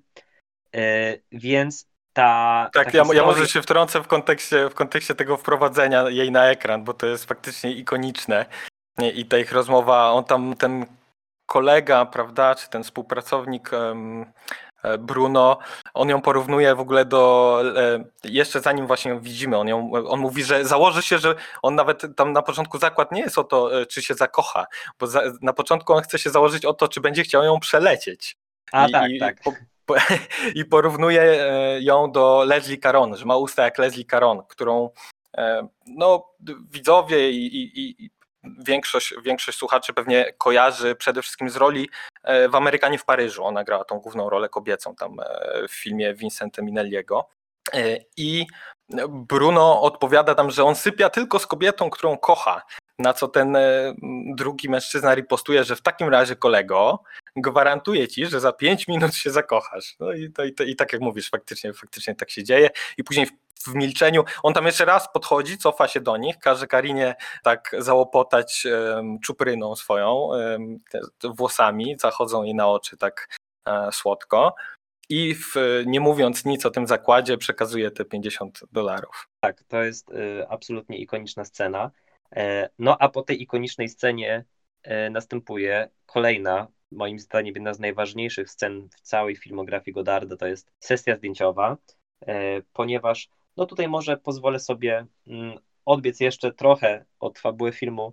Więc ta. Tak, ta ja, historia... ja może się wtrącę w kontekście, w kontekście tego wprowadzenia jej na ekran, bo to jest faktycznie ikoniczne. I ta ich rozmowa, on tam, ten kolega, prawda, czy ten współpracownik um, Bruno, on ją porównuje w ogóle do, e, jeszcze zanim właśnie ją widzimy, on, ją, on mówi, że założy się, że on nawet tam na początku zakład nie jest o to, e, czy się zakocha, bo za, na początku on chce się założyć o to, czy będzie chciał ją przelecieć. A I, tak, i, tak. Po, po, I porównuje ją do Leslie Caron, że ma usta jak Leslie Caron, którą e, no widzowie i, i, i Większość, większość słuchaczy pewnie kojarzy przede wszystkim z roli w Amerykanie w Paryżu. Ona grała tą główną rolę kobiecą tam w filmie Vincenta Minnelliego. I Bruno odpowiada tam, że on sypia tylko z kobietą, którą kocha. Na co ten drugi mężczyzna ripostuje, że w takim razie, kolego, gwarantuję ci, że za pięć minut się zakochasz. No i, to, i, to, i tak jak mówisz, faktycznie, faktycznie tak się dzieje. I później w, w milczeniu on tam jeszcze raz podchodzi, cofa się do nich, każe Karinie tak załopotać um, czupryną swoją, um, te, te włosami, zachodzą jej na oczy tak um, słodko. I w, nie mówiąc nic o tym zakładzie, przekazuje te pięćdziesiąt dolarów. Tak, to jest y, absolutnie ikoniczna scena. No a po tej ikonicznej scenie następuje kolejna, moim zdaniem jedna z najważniejszych scen w całej filmografii Godarda, to jest sesja zdjęciowa, ponieważ no tutaj może pozwolę sobie odbiec jeszcze trochę od fabuły filmu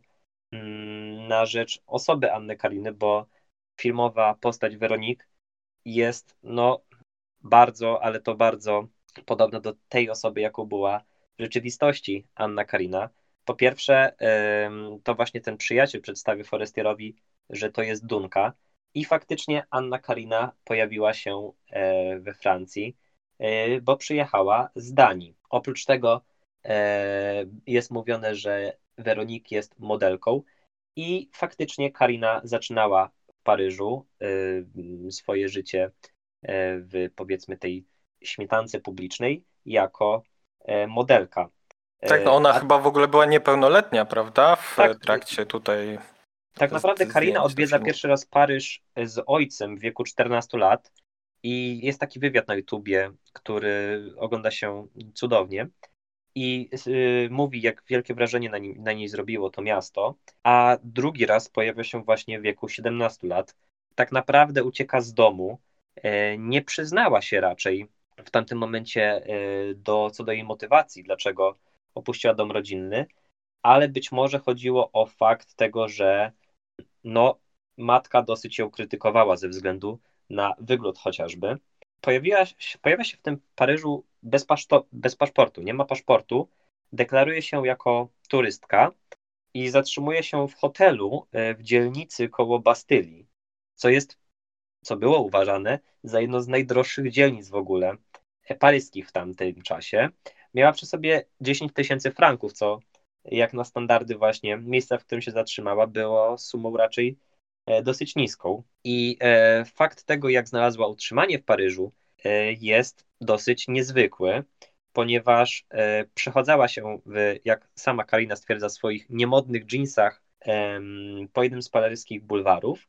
na rzecz osoby Anny Kariny, bo filmowa postać Veronique jest no bardzo, ale to bardzo podobna do tej osoby, jaką była w rzeczywistości Anna Karina. Po pierwsze, to właśnie ten przyjaciel przedstawił Forestierowi, że to jest Dunka i faktycznie Anna Karina pojawiła się we Francji, bo przyjechała z Danii. Oprócz tego jest mówione, że Veronique jest modelką i faktycznie Karina zaczynała w Paryżu swoje życie w, powiedzmy, tej śmietance publicznej jako modelka. Tak, no ona A, chyba w ogóle była niepełnoletnia, prawda? W tak, trakcie tutaj. Tak naprawdę Karina odwiedza filmu. pierwszy raz Paryż z ojcem w wieku czternastu lat i jest taki wywiad na YouTubie, który ogląda się cudownie i yy, mówi, jak wielkie wrażenie na, nim, na niej zrobiło to miasto, a drugi raz pojawia się właśnie w wieku siedemnastu lat. Tak naprawdę ucieka z domu, yy, nie przyznała się raczej w tamtym momencie yy, do, co do jej motywacji, dlaczego opuściła dom rodzinny, ale być może chodziło o fakt tego, że no, matka dosyć ją krytykowała ze względu na wygląd chociażby. Pojawiła się, pojawia się w tym Paryżu bez, paszto, bez paszportu, nie ma paszportu, deklaruje się jako turystka i zatrzymuje się w hotelu w dzielnicy koło Bastylii, co jest, co było uważane za jedno z najdroższych dzielnic w ogóle paryskich w tamtym czasie. Miała przy sobie dziesięć tysięcy franków, co jak na standardy właśnie miejsca, w którym się zatrzymała, było sumą raczej dosyć niską. I fakt tego, jak znalazła utrzymanie w Paryżu, jest dosyć niezwykły, ponieważ przechadzała się w, jak sama Karina stwierdza, swoich niemodnych dżinsach po jednym z paryskich bulwarów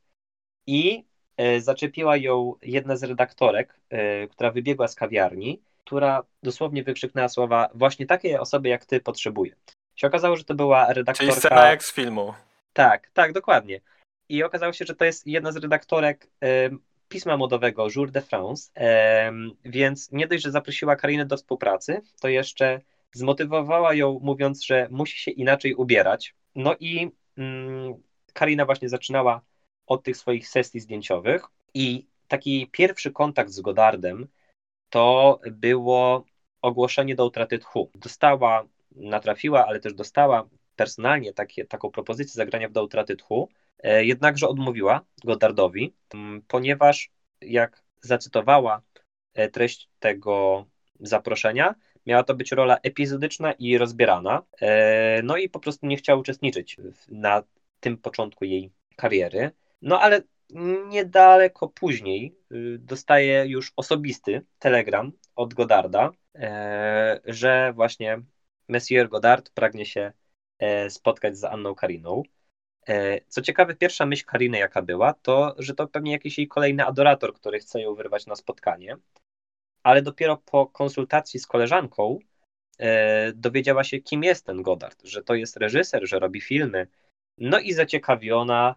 i zaczepiła ją jedna z redaktorek, która wybiegła z kawiarni, która dosłownie wykrzyknęła słowa: właśnie takiej osoby jak ty potrzebuję. Się okazało, że to była redaktorka... Czyli scena jak z filmu. Tak, tak, dokładnie. I okazało się, że to jest jedna z redaktorek e, pisma modowego Jour de France, e, więc nie dość, że zaprosiła Karinę do współpracy, to jeszcze zmotywowała ją mówiąc, że musi się inaczej ubierać. No i mm, Karina właśnie zaczynała od tych swoich sesji zdjęciowych i taki pierwszy kontakt z Godardem to było ogłoszenie do utraty tchu. Dostała, natrafiła, ale też dostała personalnie takie, taką propozycję zagrania w Do utraty tchu, e, jednakże odmówiła Godardowi, m, ponieważ jak zacytowała e, treść tego zaproszenia, miała to być rola epizodyczna i rozbierana, e, no i po prostu nie chciała uczestniczyć w- na tym początku jej kariery. No ale niedaleko później y, dostaje już osobisty telegram od Godarda, e, że właśnie Monsieur Godard pragnie się e, spotkać z Anną Kariną. E, Co ciekawe, pierwsza myśl Kariny, jaka była, to, że to pewnie jakiś jej kolejny adorator, który chce ją wyrwać na spotkanie, ale dopiero po konsultacji z koleżanką e, dowiedziała się, kim jest ten Godard, że to jest reżyser, że robi filmy. No i zaciekawiona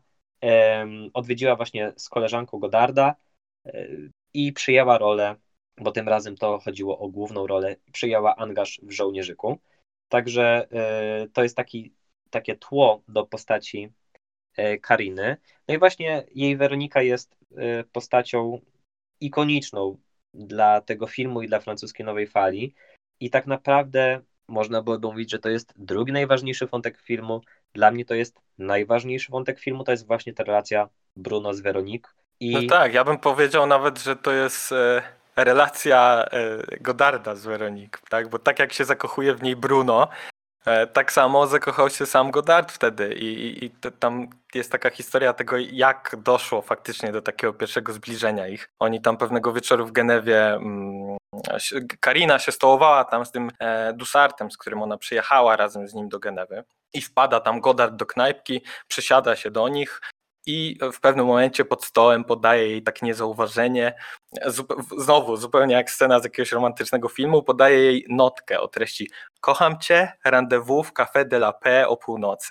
em, odwiedziła właśnie z koleżanką Godarda e, i przyjęła rolę, bo tym razem to chodziło o główną rolę, przyjęła angaż w Żołnierzyku. Także e, to jest taki, takie tło do postaci e, Kariny. No i właśnie jej Weronika jest e, postacią ikoniczną dla tego filmu i dla francuskiej nowej fali. I tak naprawdę można byłoby mówić, że to jest drugi najważniejszy wątek filmu. Dla mnie to jest najważniejszy wątek filmu, to jest właśnie ta relacja Bruno z Veronique. I No tak, ja bym powiedział nawet, że to jest e, relacja e, Godarda z Veronique, tak? Bo tak jak się zakochuje w niej Bruno, e, tak samo zakochał się sam Godard wtedy i, i, i to, tam jest taka historia tego, jak doszło faktycznie do takiego pierwszego zbliżenia ich. Oni tam pewnego wieczoru w Genewie, mm, się- Karina się stołowała tam z tym e, Dussartem, z którym ona przyjechała razem z nim do Genewy i wpada tam Godard do knajpki, przysiada się do nich i w pewnym momencie pod stołem podaje jej tak niezauważenie, zup- znowu zupełnie jak scena z jakiegoś romantycznego filmu, podaje jej notkę o treści: kocham cię, rendezvous w Café de la Paix o północy.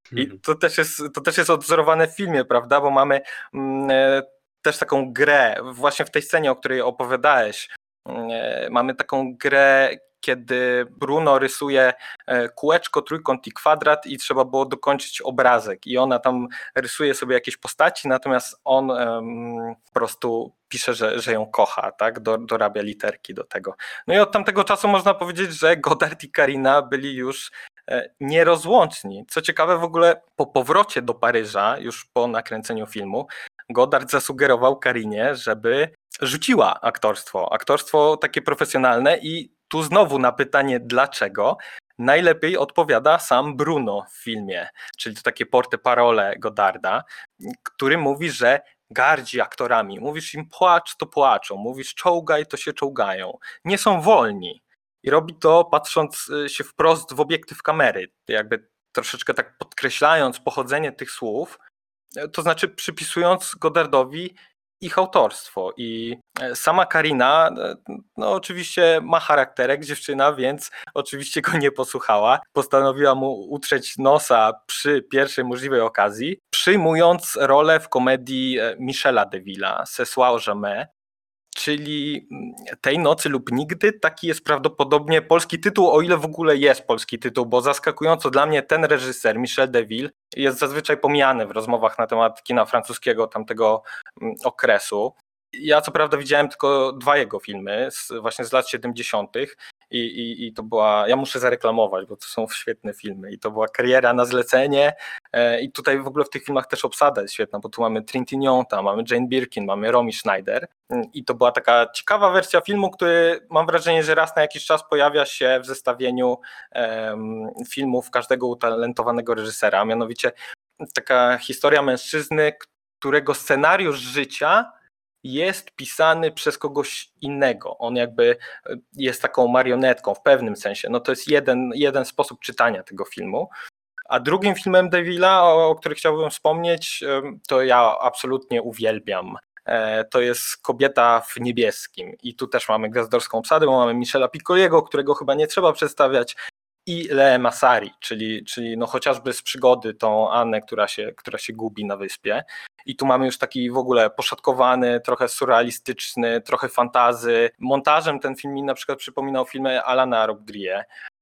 I to też jest, to też jest odwzorowane w filmie, prawda, bo mamy mm, e, też taką grę, właśnie w tej scenie, o której opowiadałeś, e, mamy taką grę, kiedy Bruno rysuje e, kółeczko, trójkąt i kwadrat i trzeba było dokończyć obrazek i ona tam rysuje sobie jakieś postaci, natomiast on em, po prostu pisze, że, że ją kocha, tak, Do, dorabia literki do tego. No i od tamtego czasu można powiedzieć, że Godard i Karina byli już e, nierozłączni. Co ciekawe, w ogóle po powrocie do Paryża, już po nakręceniu filmu, Godard zasugerował Karinie, żeby rzuciła aktorstwo, aktorstwo takie profesjonalne i tu znowu na pytanie dlaczego najlepiej odpowiada sam Bruno w filmie, czyli to takie porte parole Godarda, który mówi, że gardzi aktorami. Mówisz im płacz, to płaczą. Mówisz czołgaj, to się czołgają. Nie są wolni. I robi to patrząc się wprost w obiektyw kamery, jakby troszeczkę tak podkreślając pochodzenie tych słów, to znaczy przypisując Godardowi ich autorstwo. I sama Karina, no oczywiście ma charakterek dziewczyna, więc oczywiście go nie posłuchała. Postanowiła mu utrzeć nosa przy pierwszej możliwej okazji, przyjmując rolę w komedii Michela Deville'a, Ce soir jamais, czyli Tej nocy lub nigdy, taki jest prawdopodobnie polski tytuł, o ile w ogóle jest polski tytuł, bo zaskakująco dla mnie ten reżyser, Michel Deville, jest zazwyczaj pomijany w rozmowach na temat kina francuskiego tamtego okresu. Ja co prawda widziałem tylko dwa jego filmy, z, właśnie z lat siedemdziesiątych. I, i, I to była, ja muszę zareklamować, bo to są świetne filmy i to była Kariera na zlecenie e, i tutaj w ogóle w tych filmach też obsada jest świetna, bo tu mamy Trintignant, tam mamy Jane Birkin, mamy Romy Schneider i to była taka ciekawa wersja filmu, który mam wrażenie, że raz na jakiś czas pojawia się w zestawieniu em, filmów każdego utalentowanego reżysera, mianowicie taka historia mężczyzny, którego scenariusz życia jest pisany przez kogoś innego. On jakby jest taką marionetką w pewnym sensie. No to jest jeden, jeden sposób czytania tego filmu. A drugim filmem Deville'a, o, o którym chciałbym wspomnieć, to ja absolutnie uwielbiam. To jest Kobieta w niebieskim. I tu też mamy gwiazdorską obsadę, bo mamy Michela Piccoliego, którego chyba nie trzeba przedstawiać, i Lee Massari, czyli, czyli no chociażby z Przygody tą Annę, która się, która się gubi na wyspie. I tu mamy już taki w ogóle poszatkowany, trochę surrealistyczny, trochę fantazy. Montażem ten film mi na przykład przypominał filmy Alana Robbe-Grillet.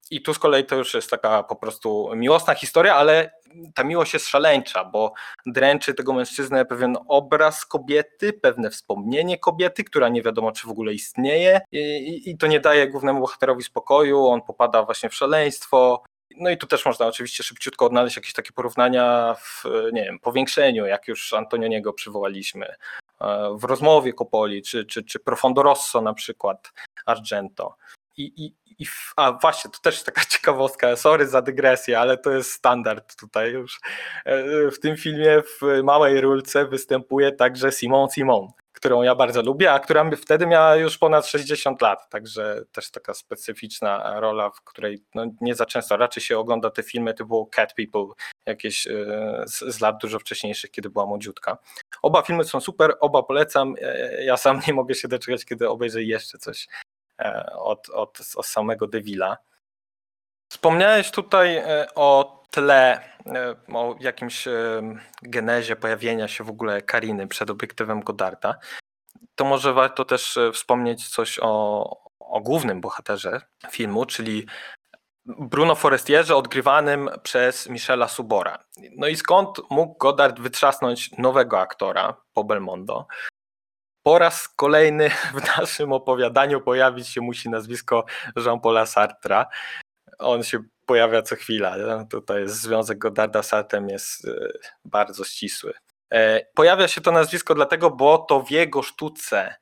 I tu z kolei to już jest taka po prostu miłosna historia, ale ta miłość jest szaleńcza, bo dręczy tego mężczyznę pewien obraz kobiety, pewne wspomnienie kobiety, która nie wiadomo czy w ogóle istnieje i, i to nie daje głównemu bohaterowi spokoju, on popada właśnie w szaleństwo. No i tu też można oczywiście szybciutko odnaleźć jakieś takie porównania w, nie wiem, Powiększeniu, jak już Antonioniego przywołaliśmy, w Rozmowie Coppoli, czy, czy, czy Profondo Rosso na przykład Argento. I, i, i w, a właśnie, to też taka ciekawostka, sorry za dygresję, ale to jest standard tutaj już. W tym filmie w małej rólce występuje także Simone Simon, którą ja bardzo lubię, a która wtedy miała już ponad sześćdziesiąt lat, także też taka specyficzna rola, w której no, nie za często raczej się ogląda te filmy typu Cat People, jakieś z, z lat dużo wcześniejszych, kiedy była młodziutka. Oba filmy są super, oba polecam, ja sam nie mogę się doczekać, kiedy obejrzę jeszcze coś od, od, od samego Devilla. Wspomniałeś tutaj o tle, o jakimś genezie pojawienia się w ogóle Kariny przed obiektywem Goddarda. To może warto też wspomnieć coś o, o głównym bohaterze filmu, czyli Bruno Forestierze, odgrywanym przez Michela Subora. No i skąd mógł Godard wytrzasnąć nowego aktora po Belmondo? Po raz kolejny w naszym opowiadaniu pojawić się musi nazwisko Jean-Paula Sartra. On się pojawia co chwila. Tutaj jest związek Goddarda z Sartrem jest bardzo ścisły. Pojawia się to nazwisko dlatego, bo to w jego sztuce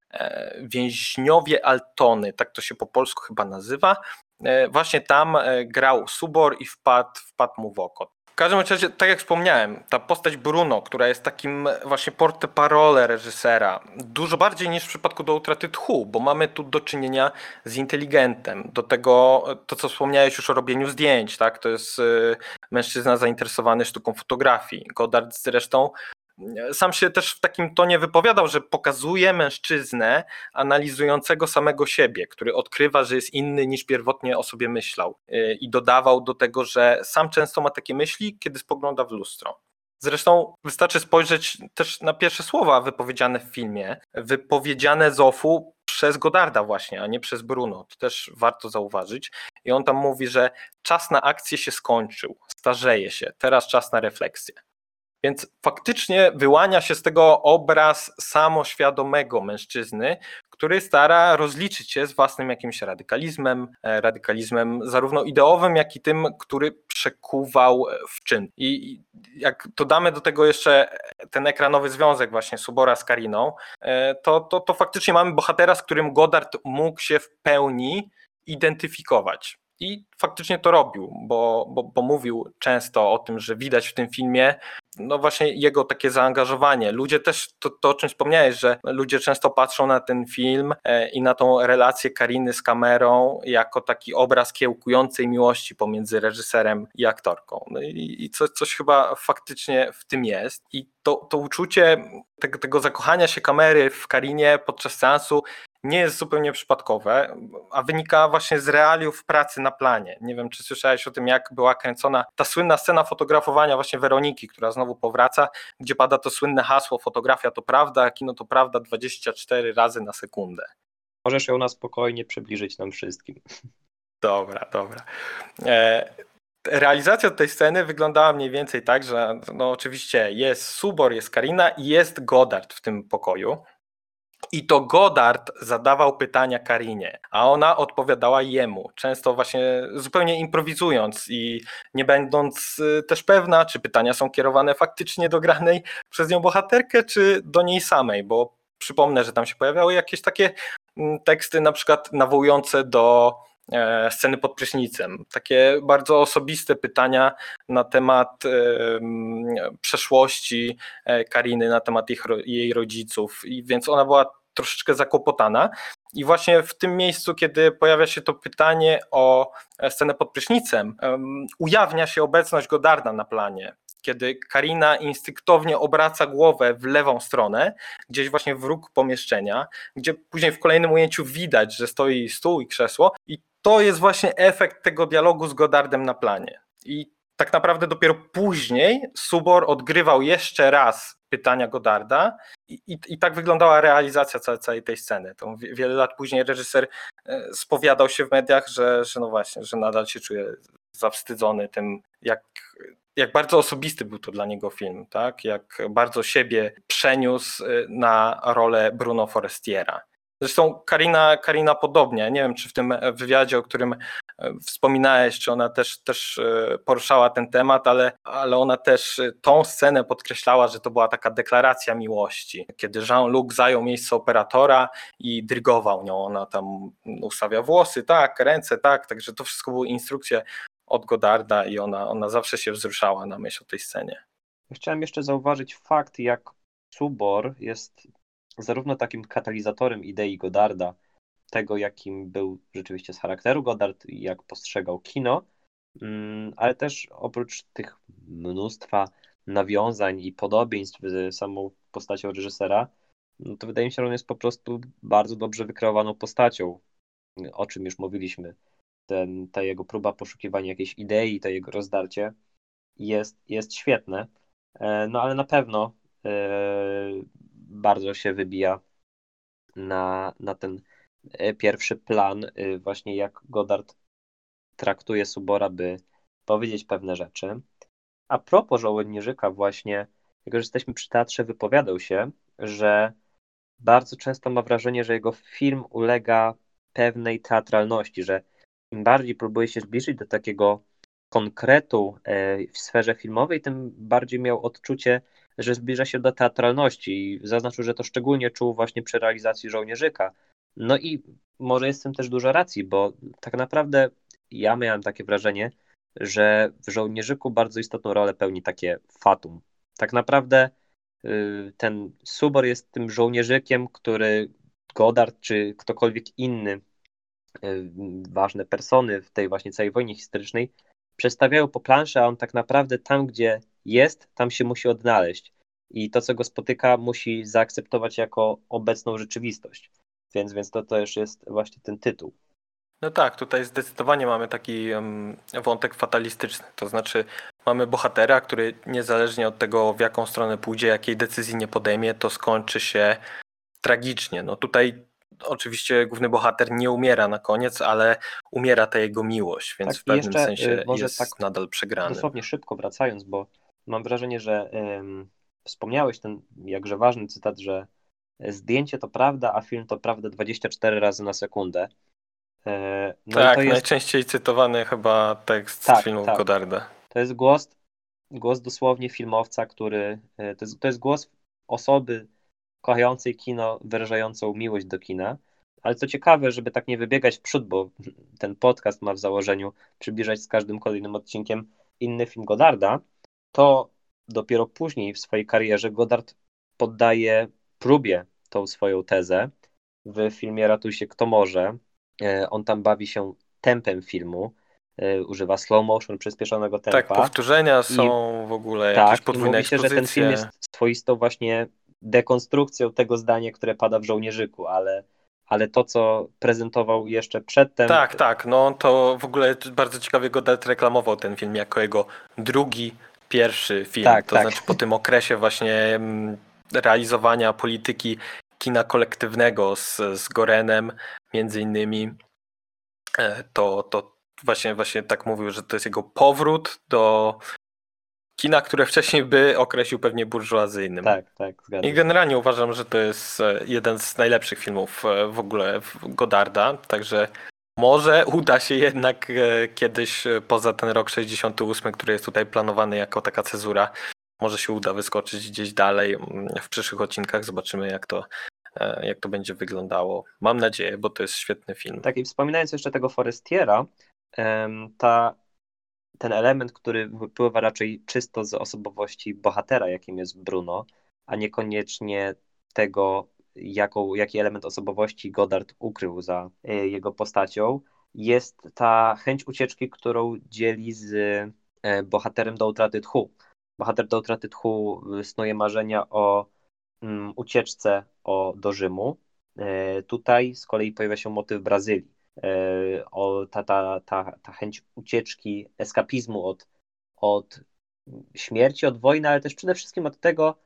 Więźniowie Altony, tak to się po polsku chyba nazywa, właśnie tam grał Subor i wpadł, wpadł mu w oko. W każdym razie, tak jak wspomniałem, ta postać Bruno, która jest takim właśnie porte-parole reżysera, dużo bardziej niż w przypadku Do utraty tchu, bo mamy tu do czynienia z inteligentem. Do tego, to co wspomniałeś już o robieniu zdjęć, tak? To jest mężczyzna zainteresowany sztuką fotografii. Godard zresztą sam się też w takim tonie wypowiadał, że pokazuje mężczyznę analizującego samego siebie, który odkrywa, że jest inny niż pierwotnie o sobie myślał. I dodawał do tego, że sam często ma takie myśli, kiedy spogląda w lustro. Zresztą wystarczy spojrzeć też na pierwsze słowa wypowiedziane w filmie, wypowiedziane Zofu przez Goddarda właśnie, a nie przez Bruno. To też warto zauważyć. I on tam mówi, że czas na akcję się skończył, starzeje się, teraz czas na refleksję. Więc faktycznie wyłania się z tego obraz samoświadomego mężczyzny, który stara rozliczyć się z własnym jakimś radykalizmem, radykalizmem zarówno ideowym, jak i tym, który przekuwał w czyn. I jak dodamy do tego jeszcze ten ekranowy związek właśnie Subora z Kariną, to, to, to faktycznie mamy bohatera, z którym Godard mógł się w pełni identyfikować. I faktycznie to robił, bo, bo, bo mówił często o tym, że widać w tym filmie no właśnie jego takie zaangażowanie. Ludzie też, to, to o czym wspomniałeś, że ludzie często patrzą na ten film i na tą relację Kariny z kamerą jako taki obraz kiełkującej miłości pomiędzy reżyserem i aktorką. No i, i coś, coś chyba faktycznie w tym jest. I to, to uczucie tego, tego zakochania się kamery w Karinie podczas seansu nie jest zupełnie przypadkowe, a wynika właśnie z realiów pracy na planie. Nie wiem, czy słyszałeś o tym, jak była kręcona ta słynna scena fotografowania właśnie Weroniki, która znowu powraca, gdzie pada to słynne hasło fotografia to prawda, a kino to prawda dwadzieścia cztery razy na sekundę. Możesz ją na spokojnie przybliżyć nam wszystkim. Dobra, dobra. E, realizacja tej sceny wyglądała mniej więcej tak, że no oczywiście jest Subor, jest Karina i jest Godard w tym pokoju. I to Godard zadawał pytania Karinie, a ona odpowiadała jemu, często właśnie zupełnie improwizując i nie będąc też pewna, czy pytania są kierowane faktycznie do granej przez nią bohaterkę, czy do niej samej, bo przypomnę, że tam się pojawiały jakieś takie teksty na przykład nawołujące do sceny pod prysznicem, takie bardzo osobiste pytania na temat przeszłości Kariny, na temat ich, jej rodziców, i więc ona była troszeczkę zakłopotana i właśnie w tym miejscu, kiedy pojawia się to pytanie o scenę pod prysznicem, ujawnia się obecność Goddarda na planie, kiedy Karina instynktownie obraca głowę w lewą stronę, gdzieś właśnie w róg pomieszczenia, gdzie później w kolejnym ujęciu widać, że stoi stół i krzesło, i to jest właśnie efekt tego dialogu z Goddardem na planie. I tak naprawdę dopiero później Subor odgrywał jeszcze raz pytania Goddarda i, i, i tak wyglądała realizacja całej, całej tej sceny. To wie- wiele lat później reżyser e, spowiadał się w mediach, że, że no właśnie, że nadal się czuje zawstydzony tym, jak, jak bardzo osobisty był to dla niego film, tak? Jak bardzo siebie przeniósł e, na rolę Bruno Forestiera. Zresztą Karina, Karina podobnie, nie wiem czy w tym wywiadzie, o którym wspominałeś, czy ona też, też poruszała ten temat, ale, ale ona też tą scenę podkreślała, że to była taka deklaracja miłości, kiedy Jean-Luc zajął miejsce operatora i dyrygował nią, ona tam ustawia włosy, tak, ręce, tak, także to wszystko były instrukcje od Goddarda i ona, ona zawsze się wzruszała na myśl o tej scenie. Chciałem jeszcze zauważyć fakt, jak Subor jest zarówno takim katalizatorem idei Goddarda, tego jakim był rzeczywiście z charakteru Goddard i jak postrzegał kino, ale też oprócz tych mnóstwa nawiązań i podobieństw z samą postacią reżysera, no to wydaje mi się, że on jest po prostu bardzo dobrze wykreowaną postacią, o czym już mówiliśmy. Ten, ta jego próba poszukiwania jakiejś idei, to jego rozdarcie jest, jest świetne, no ale na pewno e, bardzo się wybija na, na ten pierwszy plan, właśnie jak Goddard traktuje Subora, by powiedzieć pewne rzeczy. A propos Żołnierzyka właśnie, jako że jesteśmy przy teatrze, wypowiadał się, że bardzo często ma wrażenie, że jego film ulega pewnej teatralności, że im bardziej próbuje się zbliżyć do takiego konkretu w sferze filmowej, tym bardziej miał odczucie, że zbliża się do teatralności i zaznaczył, że to szczególnie czuł właśnie przy realizacji Żołnierzyka. No i może jest w tym też dużo racji, bo tak naprawdę ja miałem takie wrażenie, że w Żołnierzyku bardzo istotną rolę pełni takie fatum. Tak naprawdę ten Subor jest tym żołnierzykiem, który Goddard czy ktokolwiek inny, ważne persony w tej właśnie całej wojnie historycznej przestawiają po planszy, a on tak naprawdę tam, gdzie jest, tam się musi odnaleźć. I to, co go spotyka, musi zaakceptować jako obecną rzeczywistość. Więc, więc to też jest właśnie ten tytuł. No tak, tutaj zdecydowanie mamy taki um, wątek fatalistyczny, to znaczy mamy bohatera, który niezależnie od tego, w jaką stronę pójdzie, jakiej decyzji nie podejmie, to skończy się tragicznie. No tutaj oczywiście główny bohater nie umiera na koniec, ale umiera ta jego miłość, więc tak, w pewnym jeszcze, sensie może jest tak nadal przegrany. Dosłownie szybko wracając, bo mam wrażenie, że ym, wspomniałeś ten jakże ważny cytat, że zdjęcie to prawda, a film to prawda dwadzieścia cztery razy na sekundę. No tak, i to jest, najczęściej cytowany chyba tekst tak, z filmów tak. Goddarda. To jest głos, głos dosłownie filmowca, który, to jest, to jest głos osoby kochającej kino, wyrażającą miłość do kina. Ale co ciekawe, żeby tak nie wybiegać w przód, bo ten podcast ma w założeniu przybliżać z każdym kolejnym odcinkiem inny film Goddarda, to dopiero później w swojej karierze Goddard poddaje próbie tą swoją tezę w filmie Ratuj się kto może. On tam bawi się tempem filmu, używa slow motion, przyspieszonego tempa. Tak, powtórzenia są I, w ogóle tak, jakieś podwójne i mówi się, ekspozycje. że ten film jest swoistą właśnie dekonstrukcją tego zdania, które pada w Żołnierzyku, ale, ale to, co prezentował jeszcze przedtem... Tak, tak, no to w ogóle bardzo ciekawie Goddard reklamował ten film jako jego drugi, pierwszy film. Tak, to tak. znaczy po tym okresie właśnie realizowania polityki kina kolektywnego z, z Gorenem między innymi, to, to właśnie, właśnie tak mówił, że to jest jego powrót do kina, które wcześniej by określił pewnie burżuazyjnym. Tak, tak, zgadzam I generalnie uważam, że to jest jeden z najlepszych filmów w ogóle Goddarda, także może uda się jednak kiedyś poza ten rok sześćdziesiąty ósmy, który jest tutaj planowany jako taka cezura, może się uda wyskoczyć gdzieś dalej w przyszłych odcinkach, zobaczymy jak to, jak to będzie wyglądało. Mam nadzieję, bo to jest świetny film. Tak, i wspominając jeszcze tego Forestiera, ta, ten element, który wypływa raczej czysto z osobowości bohatera, jakim jest Bruno, a niekoniecznie tego, jaką, jaki element osobowości Goddard ukrył za jego postacią, jest ta chęć ucieczki, którą dzieli z bohaterem Do utraty tchu. Bohater Do utraty tchu snuje marzenia o um, ucieczce o, do Rzymu. E, tutaj z kolei pojawia się motyw Brazylii. E, o, ta, ta, ta, ta chęć ucieczki, eskapizmu od od śmierci, od wojny, ale też przede wszystkim od tego,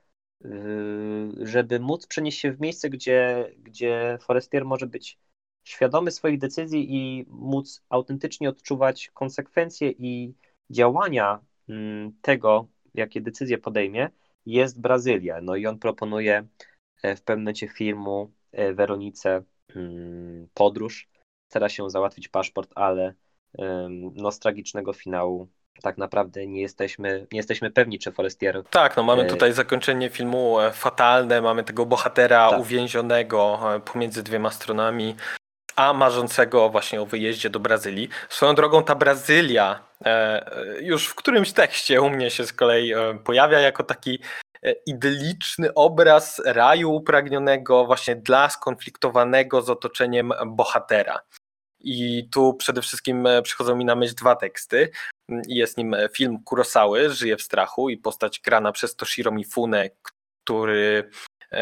żeby móc przenieść się w miejsce, gdzie, gdzie Forestier może być świadomy swoich decyzji i móc autentycznie odczuwać konsekwencje i działania tego, jakie decyzje podejmie, jest Brazylia. No i on proponuje w pewnym momencie filmu Weronice podróż, stara się załatwić paszport, ale no, z tragicznego finału tak naprawdę nie jesteśmy, nie jesteśmy pewni, czy Forestier... Tak, no mamy tutaj zakończenie filmu fatalne, mamy tego bohatera tak. uwięzionego pomiędzy dwiema stronami, a marzącego właśnie o wyjeździe do Brazylii. Swoją drogą ta Brazylia już w którymś tekście u mnie się z kolei pojawia jako taki idylliczny obraz raju upragnionego właśnie dla skonfliktowanego z otoczeniem bohatera. I tu przede wszystkim przychodzą mi na myśl dwa teksty. Jest nim film Kurosawy, Żyje w strachu, i postać grana przez Toshiro Mifune, który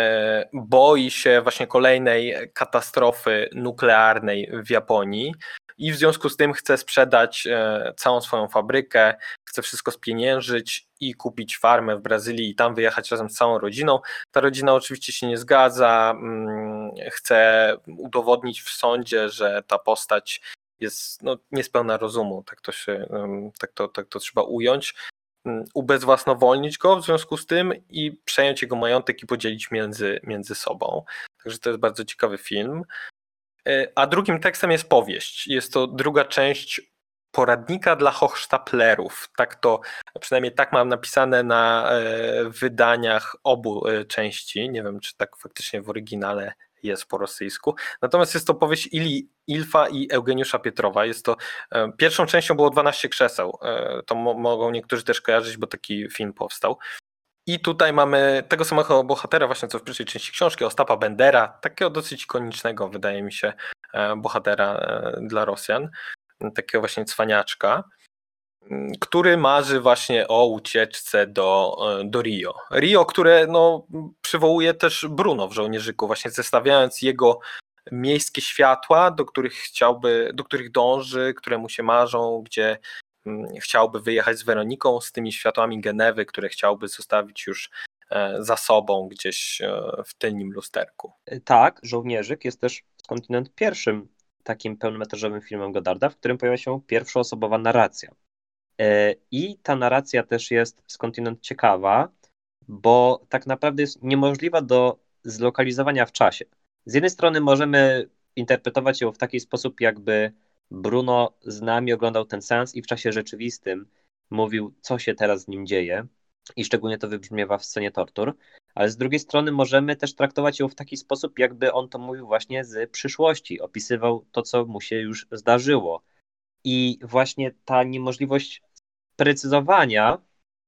boi się właśnie kolejnej katastrofy nuklearnej w Japonii i w związku z tym chce sprzedać całą swoją fabrykę, chce wszystko spieniężyć i kupić farmę w Brazylii i tam wyjechać razem z całą rodziną. Ta rodzina oczywiście się nie zgadza, chce udowodnić w sądzie, że ta postać jest no, niespełna rozumu, tak to, się, tak, to, tak to trzeba ująć, ubezwłasnowolnić go w związku z tym i przejąć jego majątek i podzielić między, między sobą. Także to jest bardzo ciekawy film. A drugim tekstem jest powieść. Jest to druga część poradnika dla hochsztaplerów. Tak to, przynajmniej tak mam napisane na wydaniach obu części. Nie wiem, czy tak faktycznie w oryginale jest po rosyjsku. Natomiast jest to powieść Ili Ilfa i Eugeniusza Pietrowa. Jest to, pierwszą częścią było dwanaście krzeseł. To mo- mogą niektórzy też kojarzyć, bo taki film powstał. I tutaj mamy tego samego bohatera właśnie co w pierwszej części książki, Ostapa Bendera, takiego dosyć ikonicznego, wydaje mi się, bohatera dla Rosjan, takiego właśnie cwaniaczka, który marzy właśnie o ucieczce do, do Rio. Rio, które no, przywołuje też Bruno w Żołnierzyku, właśnie zestawiając jego miejskie światła, do których chciałby, do których dąży, które mu się marzą, gdzie chciałby wyjechać z Weroniką, z tymi światłami Genewy, które chciałby zostawić już za sobą gdzieś w tylnym lusterku. Tak, Żołnierzyk jest też skądinąd pierwszym takim pełnometrażowym filmem Goddarda, w którym pojawia się pierwszoosobowa narracja. I ta narracja też jest skądinąd ciekawa, bo tak naprawdę jest niemożliwa do zlokalizowania w czasie. Z jednej strony możemy interpretować ją w taki sposób, jakby Bruno z nami oglądał ten seans i w czasie rzeczywistym mówił, co się teraz z nim dzieje, i szczególnie to wybrzmiewa w scenie tortur, ale z drugiej strony możemy też traktować ją w taki sposób, jakby on to mówił właśnie z przyszłości, opisywał to, co mu się już zdarzyło. I właśnie ta niemożliwość precyzowania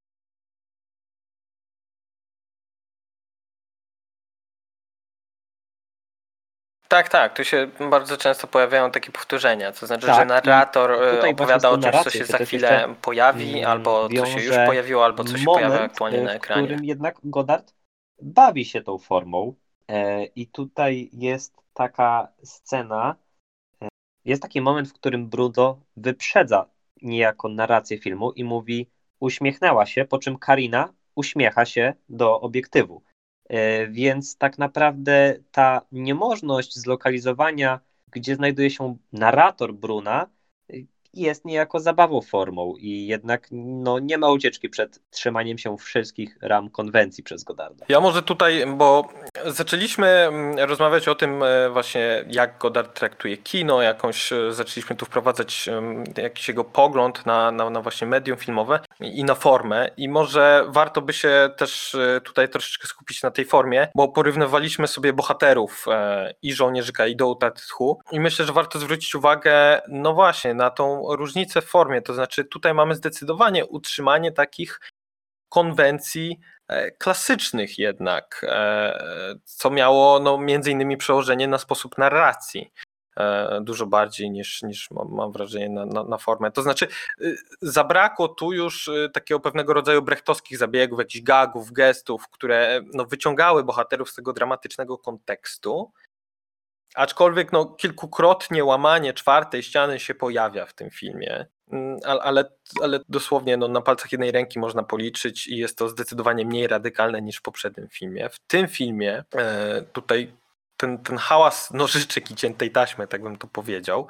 Tak, tak, tu się bardzo często pojawiają takie powtórzenia, to znaczy, tak, że narrator opowiada o czymś, co się się za chwilę pojawi, albo co się już pojawiło, albo co się pojawia aktualnie na ekranie. W którym jednak Goddard bawi się tą formą i tutaj jest taka scena, jest taki moment, w którym Bruno wyprzedza niejako narrację filmu i mówi, uśmiechnęła się, po czym Karina uśmiecha się do obiektywu. Więc tak naprawdę ta niemożność zlokalizowania, gdzie znajduje się narrator Bruna, jest niejako zabawą formą i jednak no, nie ma ucieczki przed trzymaniem się wszystkich ram konwencji przez Goddarda. Ja może tutaj, bo zaczęliśmy rozmawiać o tym właśnie, jak Goddard traktuje kino, jakąś zaczęliśmy tu wprowadzać jakiś jego pogląd na, na, na właśnie medium filmowe i na formę, i może warto by się też tutaj troszeczkę skupić na tej formie, bo porównywaliśmy sobie bohaterów i Żołnierzyka, i Do Utraty Tchu, i myślę, że warto zwrócić uwagę no właśnie na tą różnicę w formie, to znaczy tutaj mamy zdecydowanie utrzymanie takich konwencji klasycznych jednak, co miało no, między innymi przełożenie na sposób narracji dużo bardziej niż, niż mam, mam wrażenie na, na, na formę. To znaczy zabrakło tu już takiego pewnego rodzaju brechtowskich zabiegów, jakichś gagów, gestów, które no, wyciągały bohaterów z tego dramatycznego kontekstu Aczkolwiek no, kilkukrotnie łamanie czwartej ściany się pojawia w tym filmie, ale, ale dosłownie no, na palcach jednej ręki można policzyć i jest to zdecydowanie mniej radykalne niż w poprzednim filmie. W tym filmie e, tutaj ten, ten hałas nożyczek i ciętej taśmy, tak bym to powiedział,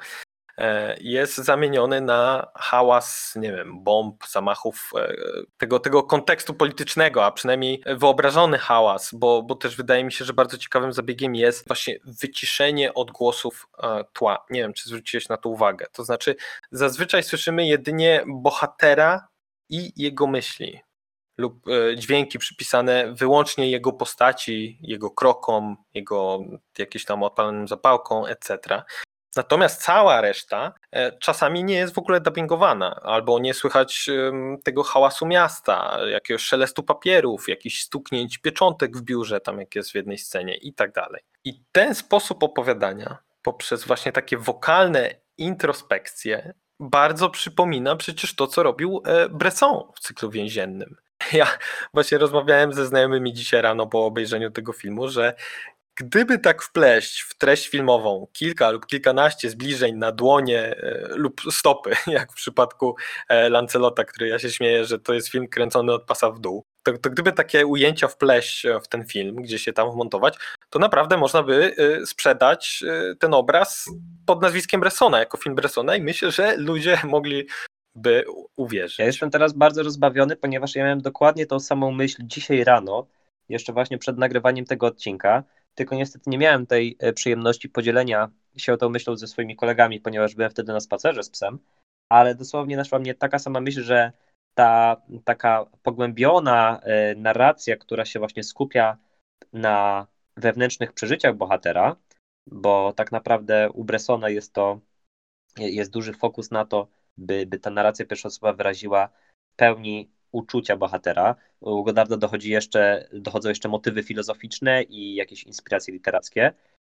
jest zamieniony na hałas, nie wiem, bomb, zamachów, tego, tego kontekstu politycznego, a przynajmniej wyobrażony hałas, bo, bo też wydaje mi się, że bardzo ciekawym zabiegiem jest właśnie wyciszenie odgłosów tła. Nie wiem, czy zwróciłeś na to uwagę. To znaczy, zazwyczaj słyszymy jedynie bohatera i jego myśli lub dźwięki przypisane wyłącznie jego postaci, jego krokom, jego jakimś tam odpalonym zapałką, et cetera. Natomiast cała reszta czasami nie jest w ogóle dubbingowana, albo nie słychać tego hałasu miasta, jakiegoś szelestu papierów, jakichś stuknięć pieczątek w biurze, tam jak jest w jednej scenie i tak dalej. I ten sposób opowiadania poprzez właśnie takie wokalne introspekcje bardzo przypomina przecież to, co robił Bresson w cyklu więziennym. Ja właśnie rozmawiałem ze znajomymi dzisiaj rano po obejrzeniu tego filmu, że gdyby tak wpleść w treść filmową kilka lub kilkanaście zbliżeń na dłonie lub stopy, jak w przypadku Lancelota, który ja się śmieję, że to jest film kręcony od pasa w dół, to, to gdyby takie ujęcia wpleść w ten film, gdzie się tam wmontować, to naprawdę można by sprzedać ten obraz pod nazwiskiem Bressona, jako film Bressona i myślę, że ludzie mogli by uwierzyć. Ja jestem teraz bardzo rozbawiony, ponieważ ja miałem dokładnie tą samą myśl dzisiaj rano, jeszcze właśnie przed nagrywaniem tego odcinka, tylko niestety nie miałem tej przyjemności podzielenia się tą myślą ze swoimi kolegami, ponieważ byłem wtedy na spacerze z psem, ale dosłownie naszła mnie taka sama myśl, że ta taka pogłębiona narracja, która się właśnie skupia na wewnętrznych przeżyciach bohatera, bo tak naprawdę u Bressona jest to, jest duży fokus na to, by, by ta narracja pierwsza osoba wyraziła w pełni uczucia bohatera. U Godarda dochodzi jeszcze, dochodzą jeszcze motywy filozoficzne i jakieś inspiracje literackie.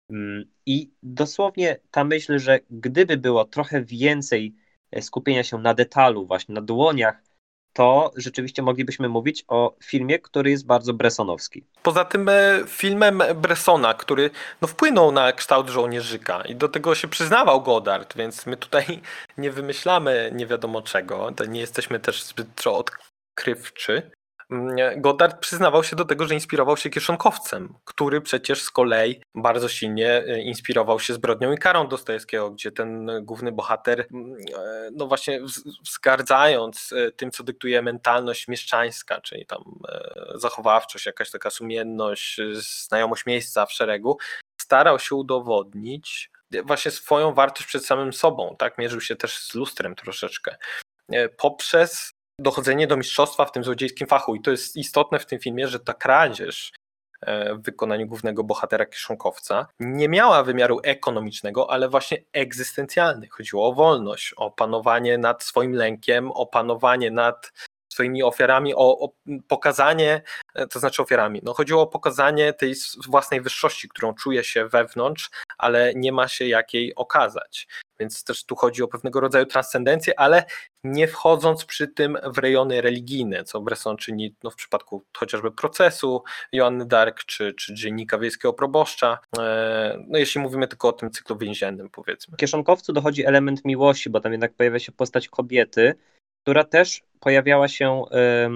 I dosłownie ta myśl, że gdyby było trochę więcej skupienia się na detalu, właśnie na dłoniach, to rzeczywiście moglibyśmy mówić o filmie, który jest bardzo bressonowski. Poza tym filmem Bressona, który no, wpłynął na kształt żołnierzyka i do tego się przyznawał Godard, więc my tutaj nie wymyślamy nie wiadomo czego, to nie jesteśmy też zbyt odkrywczy. Godard przyznawał się do tego, że inspirował się Kieszonkowcem, który przecież z kolei bardzo silnie inspirował się Zbrodnią i karą Dostojewskiego, gdzie ten główny bohater, no właśnie wzgardzając tym, co dyktuje mentalność mieszczańska, czyli tam zachowawczość, jakaś taka sumienność, znajomość miejsca w szeregu, starał się udowodnić właśnie swoją wartość przed samym sobą, tak? Mierzył się też z lustrem troszeczkę, poprzez dochodzenie do mistrzostwa w tym złodziejskim fachu. I to jest istotne w tym filmie, że ta kradzież w wykonaniu głównego bohatera Kieszonkowca nie miała wymiaru ekonomicznego, ale właśnie egzystencjalny. Chodziło o wolność, o panowanie nad swoim lękiem, o panowanie nad swoimi ofiarami, o, o pokazanie, to znaczy ofiarami, no chodziło o pokazanie tej własnej wyższości, którą czuje się wewnątrz, ale nie ma się jakiej okazać. Więc też tu chodzi o pewnego rodzaju transcendencję, ale nie wchodząc przy tym w rejony religijne, co Bresson czyni no, w przypadku chociażby Procesu Joanny d'Arc czy, czy Dziennika Wiejskiego Proboszcza, no jeśli mówimy tylko o tym cyklu więziennym, powiedzmy. W Kieszonkowcu dochodzi element miłości, bo tam jednak pojawia się postać kobiety, która też pojawiała się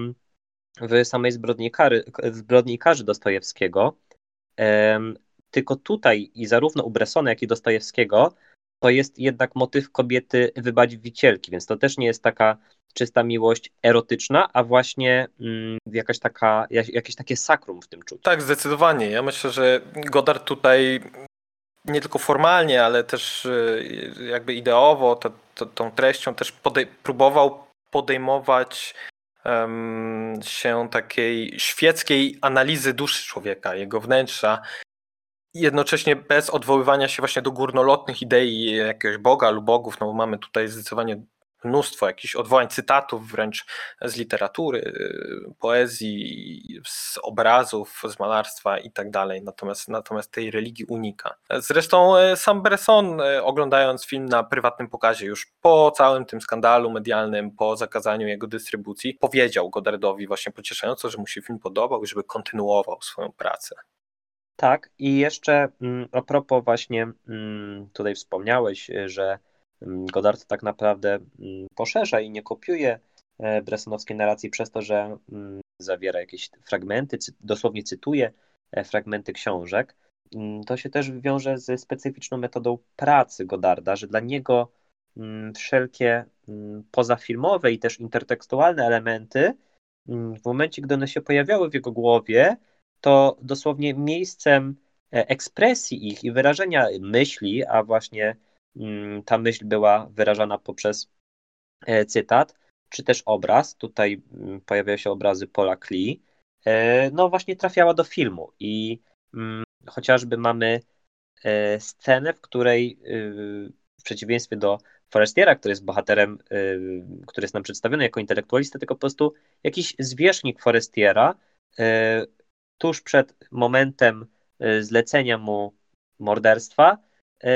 w samej Zbrodni, kary, Zbrodni i karzy Dostojewskiego. Tylko tutaj i zarówno u Bressona, jak i Dostojewskiego to jest jednak motyw kobiety wybawicielki, więc to też nie jest taka czysta miłość erotyczna, a właśnie mm, jakaś taka, jakieś takie sakrum w tym czuciu. Tak, zdecydowanie. Ja myślę, że Godard tutaj nie tylko formalnie, ale też jakby ideowo to, to, tą treścią też podej- próbował podejmować um, się takiej świeckiej analizy duszy człowieka, jego wnętrza, jednocześnie bez odwoływania się właśnie do górnolotnych idei jakiegoś Boga lub bogów, no bo mamy tutaj zdecydowanie mnóstwo jakichś odwołań, cytatów wręcz z literatury, poezji, z obrazów, z malarstwa i tak dalej, natomiast, natomiast tej religii unika. Zresztą sam Bresson, oglądając film na prywatnym pokazie już po całym tym skandalu medialnym, po zakazaniu jego dystrybucji, powiedział Godardowi właśnie pocieszająco, że mu się film podobał i żeby kontynuował swoją pracę. Tak, i jeszcze mm, a propos właśnie, mm, tutaj wspomniałeś, y, że mm, Godard tak naprawdę mm, poszerza i nie kopiuje e, bresonowskiej narracji przez to, że mm, zawiera jakieś fragmenty, cy, dosłownie cytuje e, fragmenty książek. Mm, To się też wiąże ze specyficzną metodą pracy Godarda, że dla niego mm, wszelkie mm, pozafilmowe i też intertekstualne elementy, mm, w momencie, gdy one się pojawiały w jego głowie, to dosłownie miejscem e, ekspresji ich i wyrażenia myśli, a właśnie mm, ta myśl była wyrażana poprzez e, cytat, czy też obraz. Tutaj mm, pojawiają się obrazy Paula Klee. E, No właśnie trafiała do filmu i mm, chociażby mamy e, scenę, w której y, w przeciwieństwie do Forestiera, który jest bohaterem, y, który jest nam przedstawiony jako intelektualista, tylko po prostu jakiś zwierzchnik Forestiera y, tuż przed momentem y, zlecenia mu morderstwa y,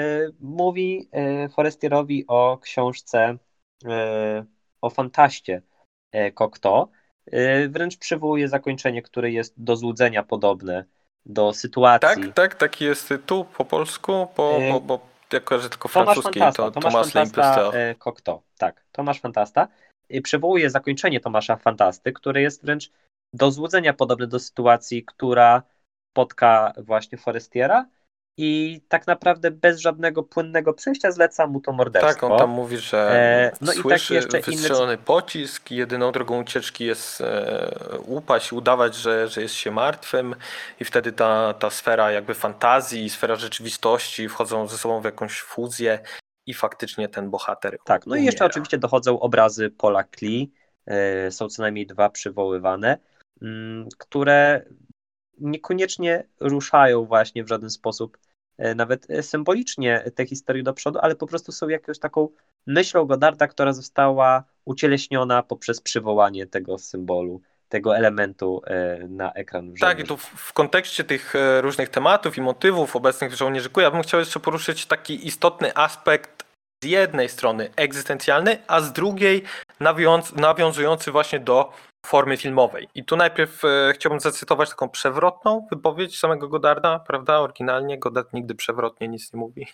mówi y, Forestierowi o książce, y, o fantaście y, Cocteau. Y, Wręcz przywołuje zakończenie, które jest do złudzenia podobne do Tak, sytuacji. tak, taki jest tytuł po polsku, bo, bo, Y, bo ja kojarzę tylko Tomasz francuski, Fantasta, to Tomasz Thomas Fantasta l'Imposteur. y, Cocteau, tak, Tomasz Fantasta. Y, Przywołuje zakończenie Tomasza Fantasty, które jest wręcz do złudzenia podobne do sytuacji, która spotka właśnie Forestiera i tak naprawdę bez żadnego płynnego przejścia zleca mu to Tak, on tam morderstwo. mówi, że E, No i tak słyszy jeszcze inne. wystrzelony pocisk i jedyną drogą ucieczki jest e, upaść, udawać, że, że jest się martwym i wtedy ta, ta sfera jakby fantazji i sfera rzeczywistości wchodzą ze sobą w jakąś fuzję i faktycznie ten bohater Tak, no i jeszcze umiera. oczywiście dochodzą obrazy Paula Klee, e, są co najmniej dwa przywoływane, mm, które niekoniecznie ruszają właśnie w żaden sposób, e, nawet e, symbolicznie tę historię do przodu, ale po prostu są jakąś taką myślą Godarda, która została ucieleśniona poprzez przywołanie tego symbolu, tego elementu e, na ekran w Tak, i żołnierzu. tu w, w kontekście tych e, różnych tematów i motywów obecnych w Żołnierzyku, ja bym chciał jeszcze poruszyć taki istotny aspekt z jednej strony egzystencjalny, a z drugiej nawiąz, nawiązujący właśnie do formy filmowej. I tu najpierw e, chciałbym zacytować taką przewrotną wypowiedź samego Godarda, prawda? Oryginalnie Godard nigdy przewrotnie nic nie mówi.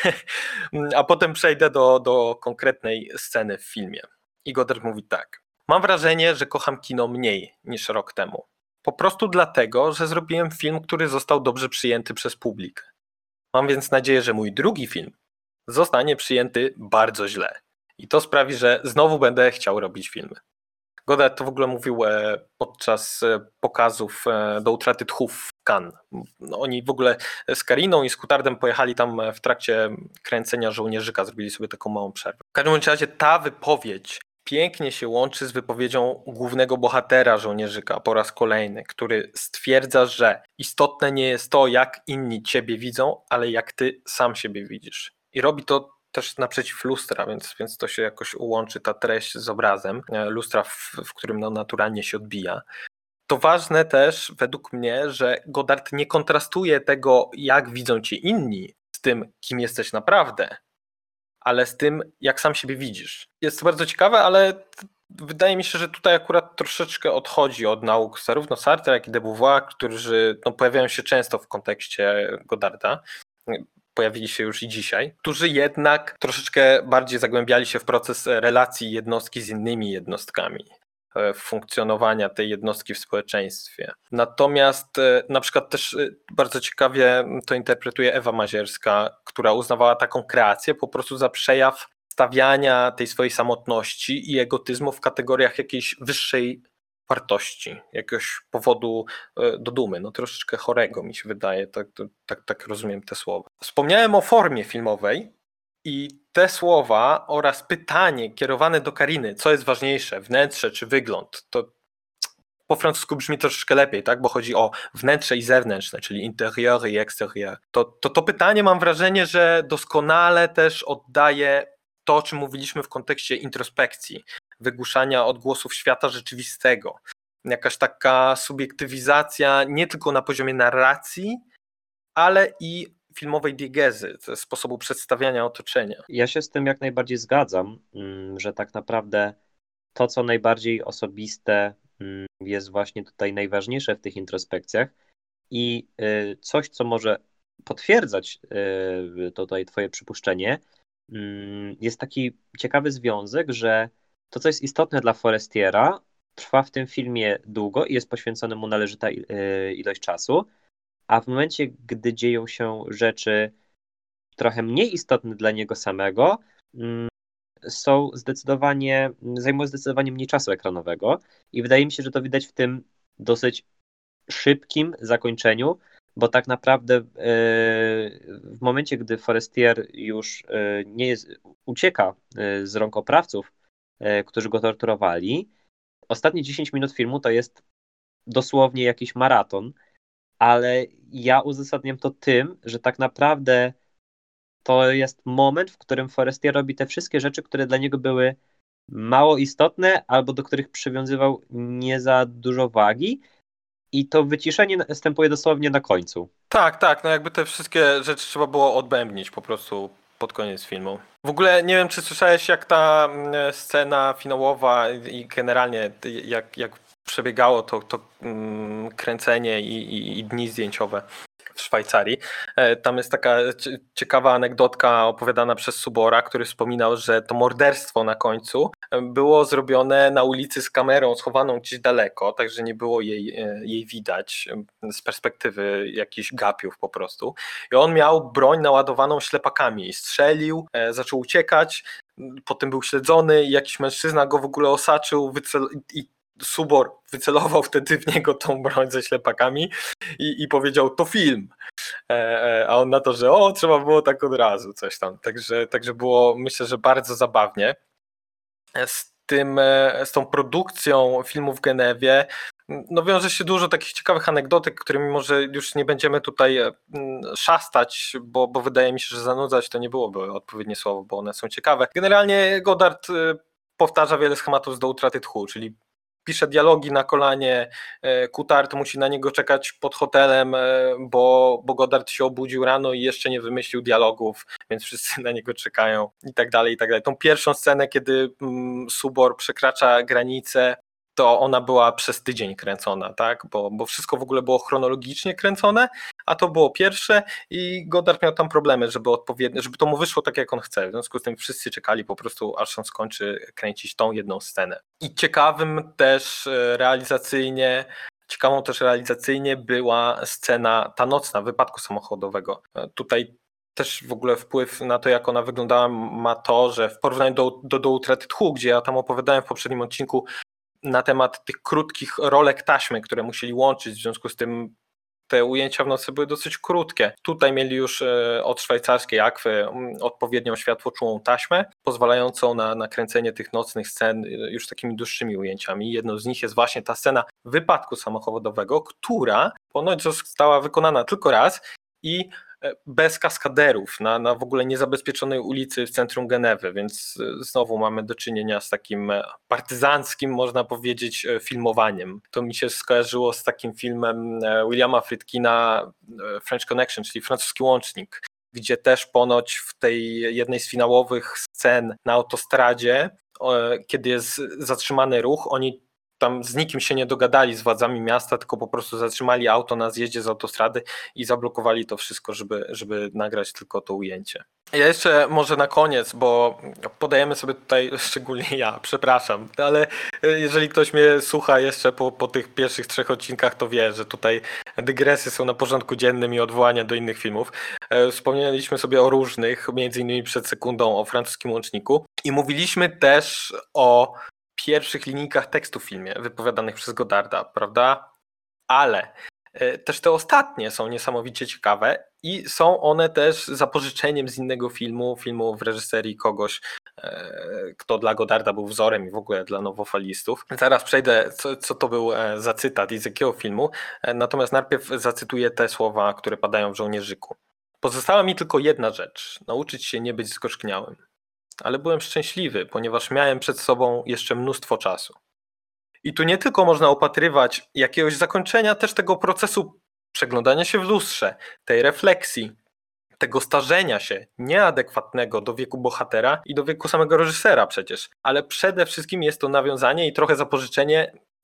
A potem przejdę do, do konkretnej sceny w filmie. I Godard mówi tak. Mam wrażenie, że kocham kino mniej niż rok temu. Po prostu dlatego, że zrobiłem film, który został dobrze przyjęty przez publikę. Mam więc nadzieję, że mój drugi film zostanie przyjęty bardzo źle. I to sprawi, że znowu będę chciał robić filmy. Godard to w ogóle mówił e, podczas e, pokazów e, do utraty tchów w Cannes. No, oni w ogóle z Kariną i z Coutardem pojechali tam e, w trakcie kręcenia Żołnierzyka, zrobili sobie taką małą przerwę. W każdym razie ta wypowiedź pięknie się łączy z wypowiedzią głównego bohatera Żołnierzyka po raz kolejny, który stwierdza, że istotne nie jest to, jak inni ciebie widzą, ale jak ty sam siebie widzisz. I robi to też naprzeciw lustra, więc, więc to się jakoś łączy, ta treść z obrazem, lustra, w, w którym no naturalnie się odbija. To ważne też według mnie, że Godard nie kontrastuje tego, jak widzą cię inni, z tym, kim jesteś naprawdę, ale z tym, jak sam siebie widzisz. Jest to bardzo ciekawe, ale wydaje mi się, że tutaj akurat troszeczkę odchodzi od nauk zarówno Sartre, jak i de Beauvoir, którzy no, pojawiają się często w kontekście Godarda. Pojawili się już i dzisiaj, którzy jednak troszeczkę bardziej zagłębiali się w proces relacji jednostki z innymi jednostkami, funkcjonowania tej jednostki w społeczeństwie. Natomiast na przykład też bardzo ciekawie to interpretuje Ewa Mazierska, która uznawała taką kreację po prostu za przejaw stawiania tej swojej samotności i egotyzmu w kategoriach jakiejś wyższej wartości, jakiegoś powodu do dumy, no troszeczkę chorego mi się wydaje, tak, tak, tak rozumiem te słowa. Wspomniałem o formie filmowej i te słowa oraz pytanie kierowane do Kariny, co jest ważniejsze, wnętrze czy wygląd, to po francusku brzmi troszeczkę lepiej, tak? Bo chodzi o wnętrze i zewnętrzne, czyli interieur i exterieur. To, to, to pytanie mam wrażenie, że doskonale też oddaje to, o czym mówiliśmy w kontekście introspekcji, wygłuszania odgłosów świata rzeczywistego. Jakaś taka subiektywizacja nie tylko na poziomie narracji, ale i filmowej diegezy, sposobu przedstawiania otoczenia. Ja się z tym jak najbardziej zgadzam, że tak naprawdę to, co najbardziej osobiste, jest właśnie tutaj najważniejsze w tych introspekcjach I y, coś, co może potwierdzać y, tutaj twoje przypuszczenie, mm, jest taki ciekawy związek, że to, co jest istotne dla Forestiera, trwa w tym filmie długo i jest poświęcone mu należyta i- y, ilość czasu, a w momencie, gdy dzieją się rzeczy trochę mniej istotne dla niego samego, mm, są zdecydowanie, zajmują zdecydowanie mniej czasu ekranowego i wydaje mi się, że to widać w tym dosyć szybkim zakończeniu, bo tak naprawdę e, w momencie, gdy Forestier już e, nie jest, ucieka e, z rąk oprawców, e, którzy go torturowali, ostatnie dziesięć minut filmu to jest dosłownie jakiś maraton, ale ja uzasadniam to tym, że tak naprawdę to jest moment, w którym Forestier robi te wszystkie rzeczy, które dla niego były mało istotne albo do których przywiązywał nie za dużo wagi, i to wyciszenie następuje dosłownie na końcu. Tak, tak, no jakby te wszystkie rzeczy trzeba było odbębnić po prostu pod koniec filmu. W ogóle nie wiem, czy słyszałeś, jak ta mm, scena finałowa i generalnie jak, jak przebiegało to, to mm, kręcenie i, i, i dni zdjęciowe w Szwajcarii. E, Tam jest taka cie- ciekawa anegdotka opowiadana przez Subora, który wspominał, że to morderstwo na końcu e, było zrobione na ulicy z kamerą schowaną gdzieś daleko, także nie było jej, e, jej widać e, z perspektywy jakichś gapiów po prostu. I on miał broń naładowaną ślepakami i strzelił, e, zaczął uciekać, m, potem był śledzony i jakiś mężczyzna go w ogóle osaczył wycel- i Subor wycelował wtedy w niego tą broń ze ślepakami i, i powiedział, to film. E, e, a on na to, że o, trzeba było tak od razu, coś tam. Także, także było, myślę, że bardzo zabawnie. Z tym, e, z tą produkcją filmu w Genewie, no wiąże się dużo takich ciekawych anegdotek, którymi może już nie będziemy tutaj e, m, szastać, bo, bo wydaje mi się, że zanudzać to nie byłoby odpowiednie słowo, bo one są ciekawe. Generalnie Godard e, powtarza wiele schematów z Do utraty tchu, czyli pisze dialogi na kolanie, e, Coutard musi na niego czekać pod hotelem, e, bo, bo Godard się obudził rano i jeszcze nie wymyślił dialogów, więc wszyscy na niego czekają i tak dalej, i tak dalej. Tą pierwszą scenę, kiedy mm, Subor przekracza granicę, to ona była przez tydzień kręcona, tak? Bo, bo wszystko w ogóle było chronologicznie kręcone, a to było pierwsze i Godard miał tam problemy, żeby odpowiednio, żeby to mu wyszło tak, jak on chce. W związku z tym wszyscy czekali po prostu, aż on skończy kręcić tą jedną scenę. I ciekawym też e, realizacyjnie, ciekawą też realizacyjnie była scena, ta nocna wypadku samochodowego. E, Tutaj też w ogóle wpływ na to, jak ona wyglądała, ma to, że w porównaniu do, do, do Utraty tchu, gdzie ja tam opowiadałem w poprzednim odcinku na temat tych krótkich rolek taśmy, które musieli łączyć, w związku z tym te ujęcia w nocy były dosyć krótkie. Tutaj mieli już e, od szwajcarskiej Akwy mm, odpowiednią światłoczułą taśmę, pozwalającą na nakręcenie tych nocnych scen e, już takimi dłuższymi ujęciami. Jedną z nich jest właśnie ta scena wypadku samochodowego, która ponoć została wykonana tylko raz i e, bez kaskaderów, na, na w ogóle niezabezpieczonej ulicy w centrum Genewy, więc e, znowu mamy do czynienia z takim e, partyzanckim, można powiedzieć, e, filmowaniem. To mi się skojarzyło z takim filmem e, Williama Friedkina e, French Connection, czyli Francuski Łącznik, gdzie też ponoć w tej jednej z finałowych scen na autostradzie, e, kiedy jest zatrzymany ruch, oni tam z nikim się nie dogadali z władzami miasta, tylko po prostu zatrzymali auto na zjeździe z autostrady i zablokowali to wszystko, żeby, żeby nagrać tylko to ujęcie. Ja jeszcze może na koniec, bo podajemy sobie tutaj, szczególnie ja, przepraszam, ale jeżeli ktoś mnie słucha jeszcze po, po tych pierwszych trzech odcinkach, to wie, że tutaj dygresy są na porządku dziennym i odwołania do innych filmów. Wspomnieliśmy sobie o różnych, między innymi przed sekundą o Francuskim Łączniku i mówiliśmy też o pierwszych linijkach tekstu w filmie wypowiadanych przez Godarda, prawda? Ale e, też te ostatnie są niesamowicie ciekawe i są one też zapożyczeniem z innego filmu, filmu w reżyserii kogoś, e, kto dla Godarda był wzorem i w ogóle dla nowofalistów. Zaraz przejdę, co, co to był e, za cytat i z jakiego filmu, e, natomiast najpierw zacytuję te słowa, które padają w Żołnierzyku. Pozostała mi tylko jedna rzecz, nauczyć się nie być zgorzkniałym. Ale byłem szczęśliwy, ponieważ miałem przed sobą jeszcze mnóstwo czasu. I tu nie tylko można upatrywać jakiegoś zakończenia, też tego procesu przeglądania się w lustrze, tej refleksji, tego starzenia się nieadekwatnego do wieku bohatera i do wieku samego reżysera przecież. Ale przede wszystkim jest to nawiązanie i trochę zapożyczenie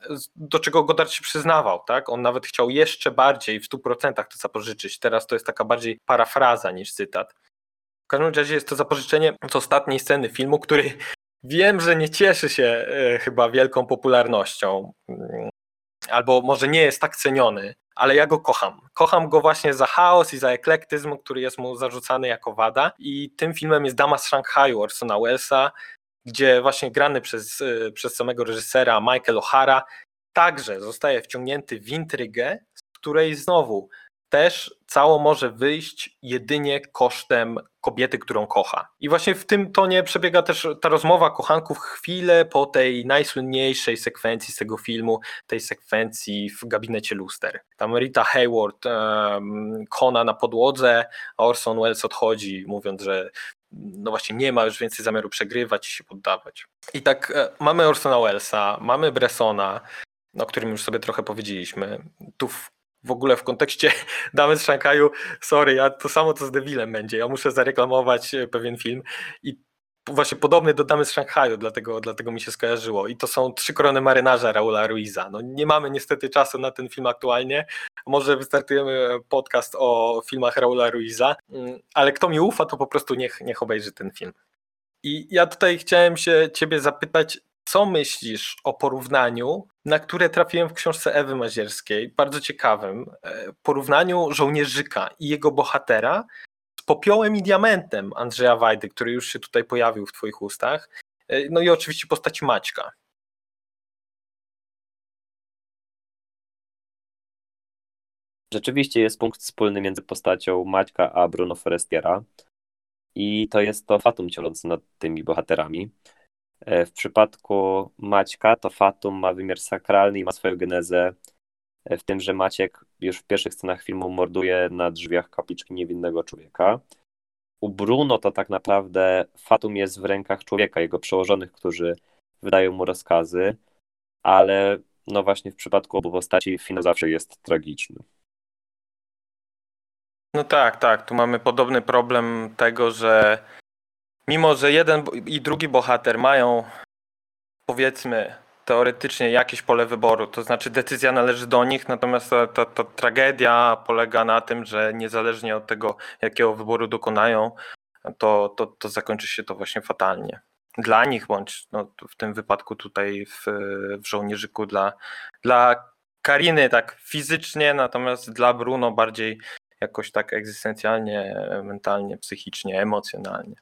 do czego Godard się przyznawał, tak? On nawet chciał jeszcze bardziej w stu procentach to zapożyczyć. Teraz to jest taka bardziej parafraza niż cytat. W każdym razie jest to zapożyczenie z ostatniej sceny filmu, który wiem, że nie cieszy się e, chyba wielką popularnością, albo może nie jest tak ceniony, ale ja go kocham. Kocham go właśnie za chaos i za eklektyzm, który jest mu zarzucany jako wada, i tym filmem jest Dama z Szanghaju Orsona Wellesa, gdzie właśnie grany przez, e, przez samego reżysera Michael O'Hara także zostaje wciągnięty w intrygę, z której znowu też cało może wyjść jedynie kosztem kobiety, którą kocha. I właśnie w tym tonie przebiega też ta rozmowa kochanków chwilę po tej najsłynniejszej sekwencji z tego filmu, tej sekwencji w gabinecie luster. Tam Rita Hayworth um, kona na podłodze, a Orson Welles odchodzi, mówiąc, że no właśnie nie ma już więcej zamiaru przegrywać i się poddawać. I tak e, mamy Orsona Wellesa, mamy Bressona, o którym już sobie trochę powiedzieliśmy. Tu w, w ogóle w kontekście Damy z Szanghaju, sorry, ja to samo co z Devilem będzie, ja muszę zareklamować pewien film i właśnie podobny do Damy z Szanghaju, dlatego, dlatego mi się skojarzyło. I to są Trzy korony marynarza Raula Ruiza. No nie mamy niestety czasu na ten film aktualnie, może wystartujemy podcast o filmach Raula Ruiza, ale kto mi ufa, to po prostu niech, niech obejrzy ten film. I ja tutaj chciałem się ciebie zapytać, co myślisz o porównaniu, na które trafiłem w książce Ewy Mazierskiej, bardzo ciekawym, porównaniu żołnierzyka i jego bohatera z Popiołem i Diamentem Andrzeja Wajdy, który już się tutaj pojawił w twoich ustach, no i oczywiście postaci Maćka. Rzeczywiście jest punkt wspólny między postacią Maćka a Bruno Forestiera i to jest to fatum cielące nad tymi bohaterami. W przypadku Maćka to fatum ma wymiar sakralny i ma swoją genezę w tym, że Maciek już w pierwszych scenach filmu morduje na drzwiach kapliczki niewinnego człowieka. U Bruno to tak naprawdę fatum jest w rękach człowieka, jego przełożonych, którzy wydają mu rozkazy, ale no właśnie w przypadku obu postaci finał zawsze jest tragiczny. No tak, tak, tu mamy podobny problem tego, że mimo, że jeden i drugi bohater mają, powiedzmy, teoretycznie jakieś pole wyboru, to znaczy decyzja należy do nich, natomiast ta, ta, ta tragedia polega na tym, że niezależnie od tego, jakiego wyboru dokonają, to, to, to zakończy się to właśnie fatalnie. Dla nich, bądź no, w tym wypadku tutaj w, w Żołnierzyku dla, dla Kariny tak fizycznie, natomiast dla Bruno bardziej jakoś tak egzystencjalnie, mentalnie, psychicznie, emocjonalnie.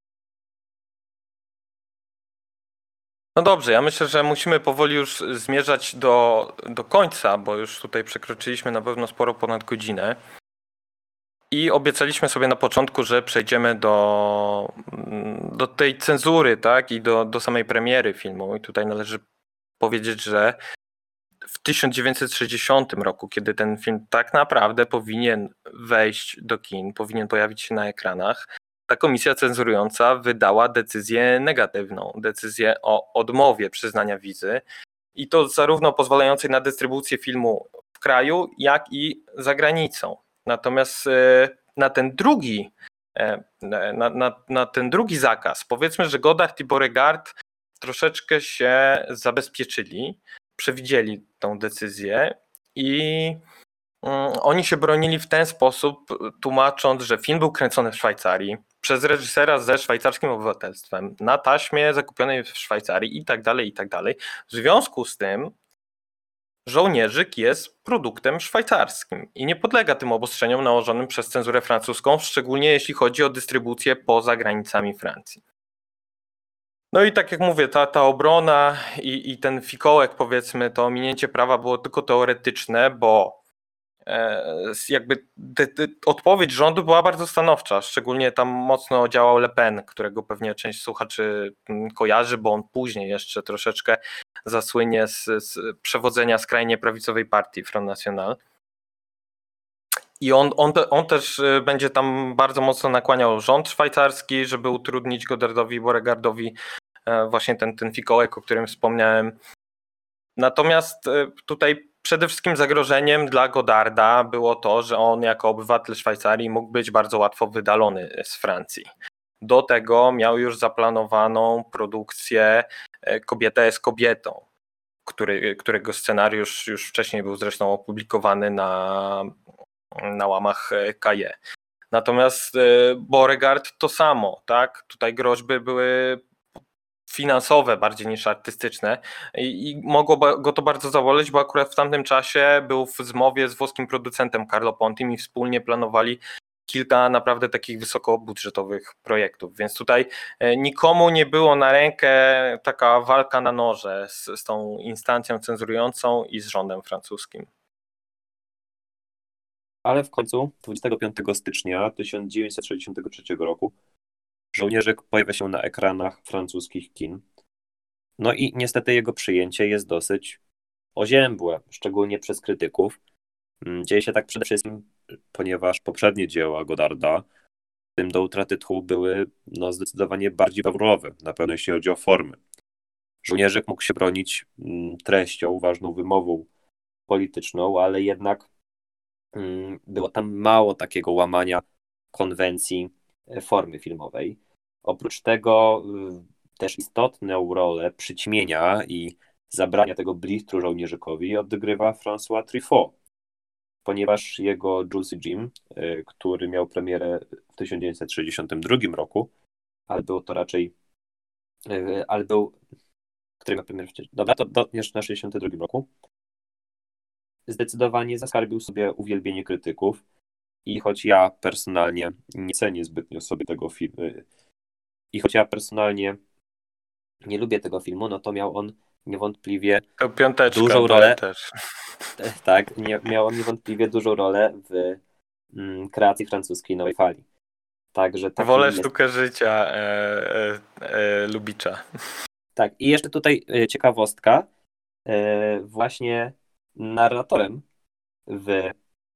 No dobrze, ja myślę, że musimy powoli już zmierzać do, do końca, bo już tutaj przekroczyliśmy na pewno sporo ponad godzinę. I obiecaliśmy sobie na początku, że przejdziemy do, do tej cenzury, tak, i do, do samej premiery filmu. I tutaj należy powiedzieć, że w tysiąc dziewięćset sześćdziesiątym roku, kiedy ten film tak naprawdę powinien wejść do kin, powinien pojawić się na ekranach, ta komisja cenzurująca wydała decyzję negatywną, decyzję o odmowie przyznania wizy, i to zarówno pozwalającej na dystrybucję filmu w kraju, jak i za granicą. Natomiast na ten drugi, na, na, na ten drugi zakaz, powiedzmy, że Godard i Beauregard troszeczkę się zabezpieczyli, przewidzieli tą decyzję i oni się bronili w ten sposób, tłumacząc, że film był kręcony w Szwajcarii przez reżysera ze szwajcarskim obywatelstwem, na taśmie zakupionej w Szwajcarii i tak dalej, i tak dalej. W związku z tym Żołnierzyk jest produktem szwajcarskim i nie podlega tym obostrzeniom nałożonym przez cenzurę francuską, szczególnie jeśli chodzi o dystrybucję poza granicami Francji. No i tak jak mówię, ta, ta obrona i, i ten fikołek, powiedzmy, to ominięcie prawa było tylko teoretyczne, bo e, jakby de, de, odpowiedź rządu była bardzo stanowcza, szczególnie tam mocno działał Le Pen, którego pewnie część słuchaczy kojarzy, bo on później jeszcze troszeczkę zasłynie z, z przewodzenia skrajnie prawicowej partii Front National. I on, on, te, on też będzie tam bardzo mocno nakłaniał rząd szwajcarski, żeby utrudnić Godardowi i Beauregardowi właśnie ten, ten fikołek, o którym wspomniałem. Natomiast tutaj przede wszystkim zagrożeniem dla Godarda było to, że on jako obywatel Szwajcarii mógł być bardzo łatwo wydalony z Francji. Do tego miał już zaplanowaną produkcję Kobieta jest kobietą, który, którego scenariusz już wcześniej był zresztą opublikowany na, na łamach Kaje. Natomiast Beauregard to samo, tak? Tutaj groźby były finansowe bardziej niż artystyczne i, i mogło go to bardzo zaboleć, bo akurat w tamtym czasie był w zmowie z włoskim producentem Carlo Pontim i wspólnie planowali kilka naprawdę takich wysokobudżetowych projektów, więc tutaj nikomu nie było na rękę taka walka na noże z, z tą instancją cenzurującą i z rządem francuskim. Ale w końcu dwudziestego piątego stycznia tysiąc dziewięćset sześćdziesiątego trzeciego roku Żołnierzyk pojawia się na ekranach francuskich kin. No i niestety jego przyjęcie jest dosyć oziębłe, szczególnie przez krytyków. Dzieje się tak przede wszystkim, ponieważ poprzednie dzieła Godarda, w tym Do utraty tchu, były no, zdecydowanie bardziej brawurowe, na pewno jeśli chodzi o formy. Żołnierzyk mógł się bronić treścią, ważną wymową polityczną, ale jednak było tam mało takiego łamania konwencji formy filmowej. Oprócz tego też istotną rolę przyćmienia i zabrania tego blistru żołnierzykowi odgrywa François Truffaut, ponieważ jego Jules i Jim, który miał premierę w tysiąc dziewięćset sześćdziesiątym drugim roku, ale był to raczej ale był który miał premierę wcześniej. Dobra, to, to jeszcze na sześćdziesiątym drugim roku. Zdecydowanie zaskarbił sobie uwielbienie krytyków i choć ja personalnie nie cenię zbytnio sobie tego filmu i choć ja personalnie nie lubię tego filmu, no to miał on niewątpliwie Piąteczka, dużą rolę. Też. Tak, nie, miał on niewątpliwie dużą rolę w mm, kreacji francuskiej nowej fali. Także taki Wolę jest... sztukę życia e, e, e, Lubicza. Tak, i jeszcze tutaj ciekawostka. E, właśnie narratorem w,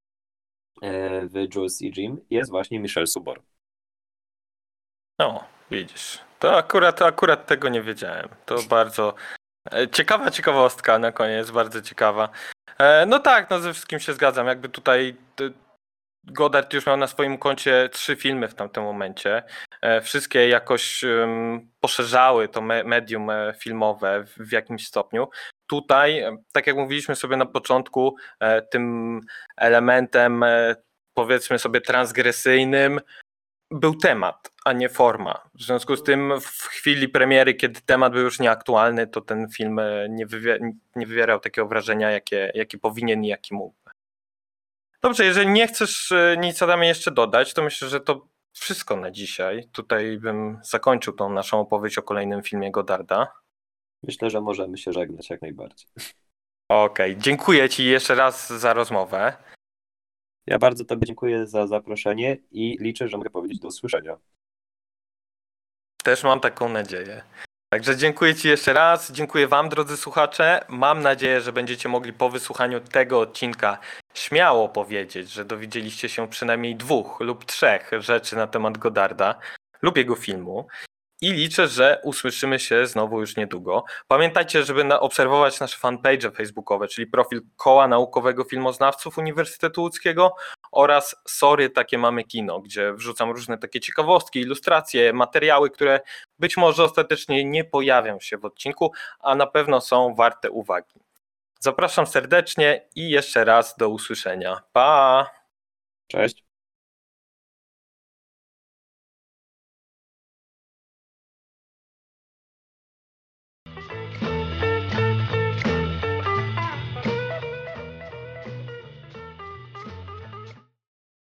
w Jules i Jim jest właśnie Michel Subor. No, widzisz. To akurat, akurat tego nie wiedziałem. To bardzo ciekawa ciekawostka na koniec, bardzo ciekawa. No tak, no ze wszystkim się zgadzam. Jakby tutaj Godard już miał na swoim koncie trzy filmy w tamtym momencie. Wszystkie jakoś poszerzały to medium filmowe w jakimś stopniu. Tutaj, tak jak mówiliśmy sobie na początku, tym elementem, powiedzmy sobie, transgresyjnym był temat, a nie forma. W związku z tym w chwili premiery, kiedy temat był już nieaktualny, to ten film nie, wywier- nie wywierał takiego wrażenia, jakie, jakie powinien i jaki mógł. Dobrze, jeżeli nie chcesz nic Adamie jeszcze dodać, to myślę, że to wszystko na dzisiaj. Tutaj bym zakończył tą naszą opowieść o kolejnym filmie Godarda. Myślę, że możemy się żegnać jak najbardziej. Okej, okay. Dziękuję Ci jeszcze raz za rozmowę. Ja bardzo Tobie dziękuję za zaproszenie i liczę, że mogę powiedzieć do usłyszenia. Też mam taką nadzieję. Także dziękuję Ci jeszcze raz, dziękuję Wam, drodzy słuchacze. Mam nadzieję, że będziecie mogli po wysłuchaniu tego odcinka śmiało powiedzieć, że dowiedzieliście się przynajmniej dwóch lub trzech rzeczy na temat Godarda lub jego filmu. I liczę, że usłyszymy się znowu już niedługo. Pamiętajcie, żeby obserwować nasze fanpage facebookowe, czyli profil Koła Naukowego Filmoznawców Uniwersytetu Łódzkiego oraz Sorry, takie mamy kino, gdzie wrzucam różne takie ciekawostki, ilustracje, materiały, które być może ostatecznie nie pojawią się w odcinku, a na pewno są warte uwagi. Zapraszam serdecznie i jeszcze raz do usłyszenia. Pa! Cześć!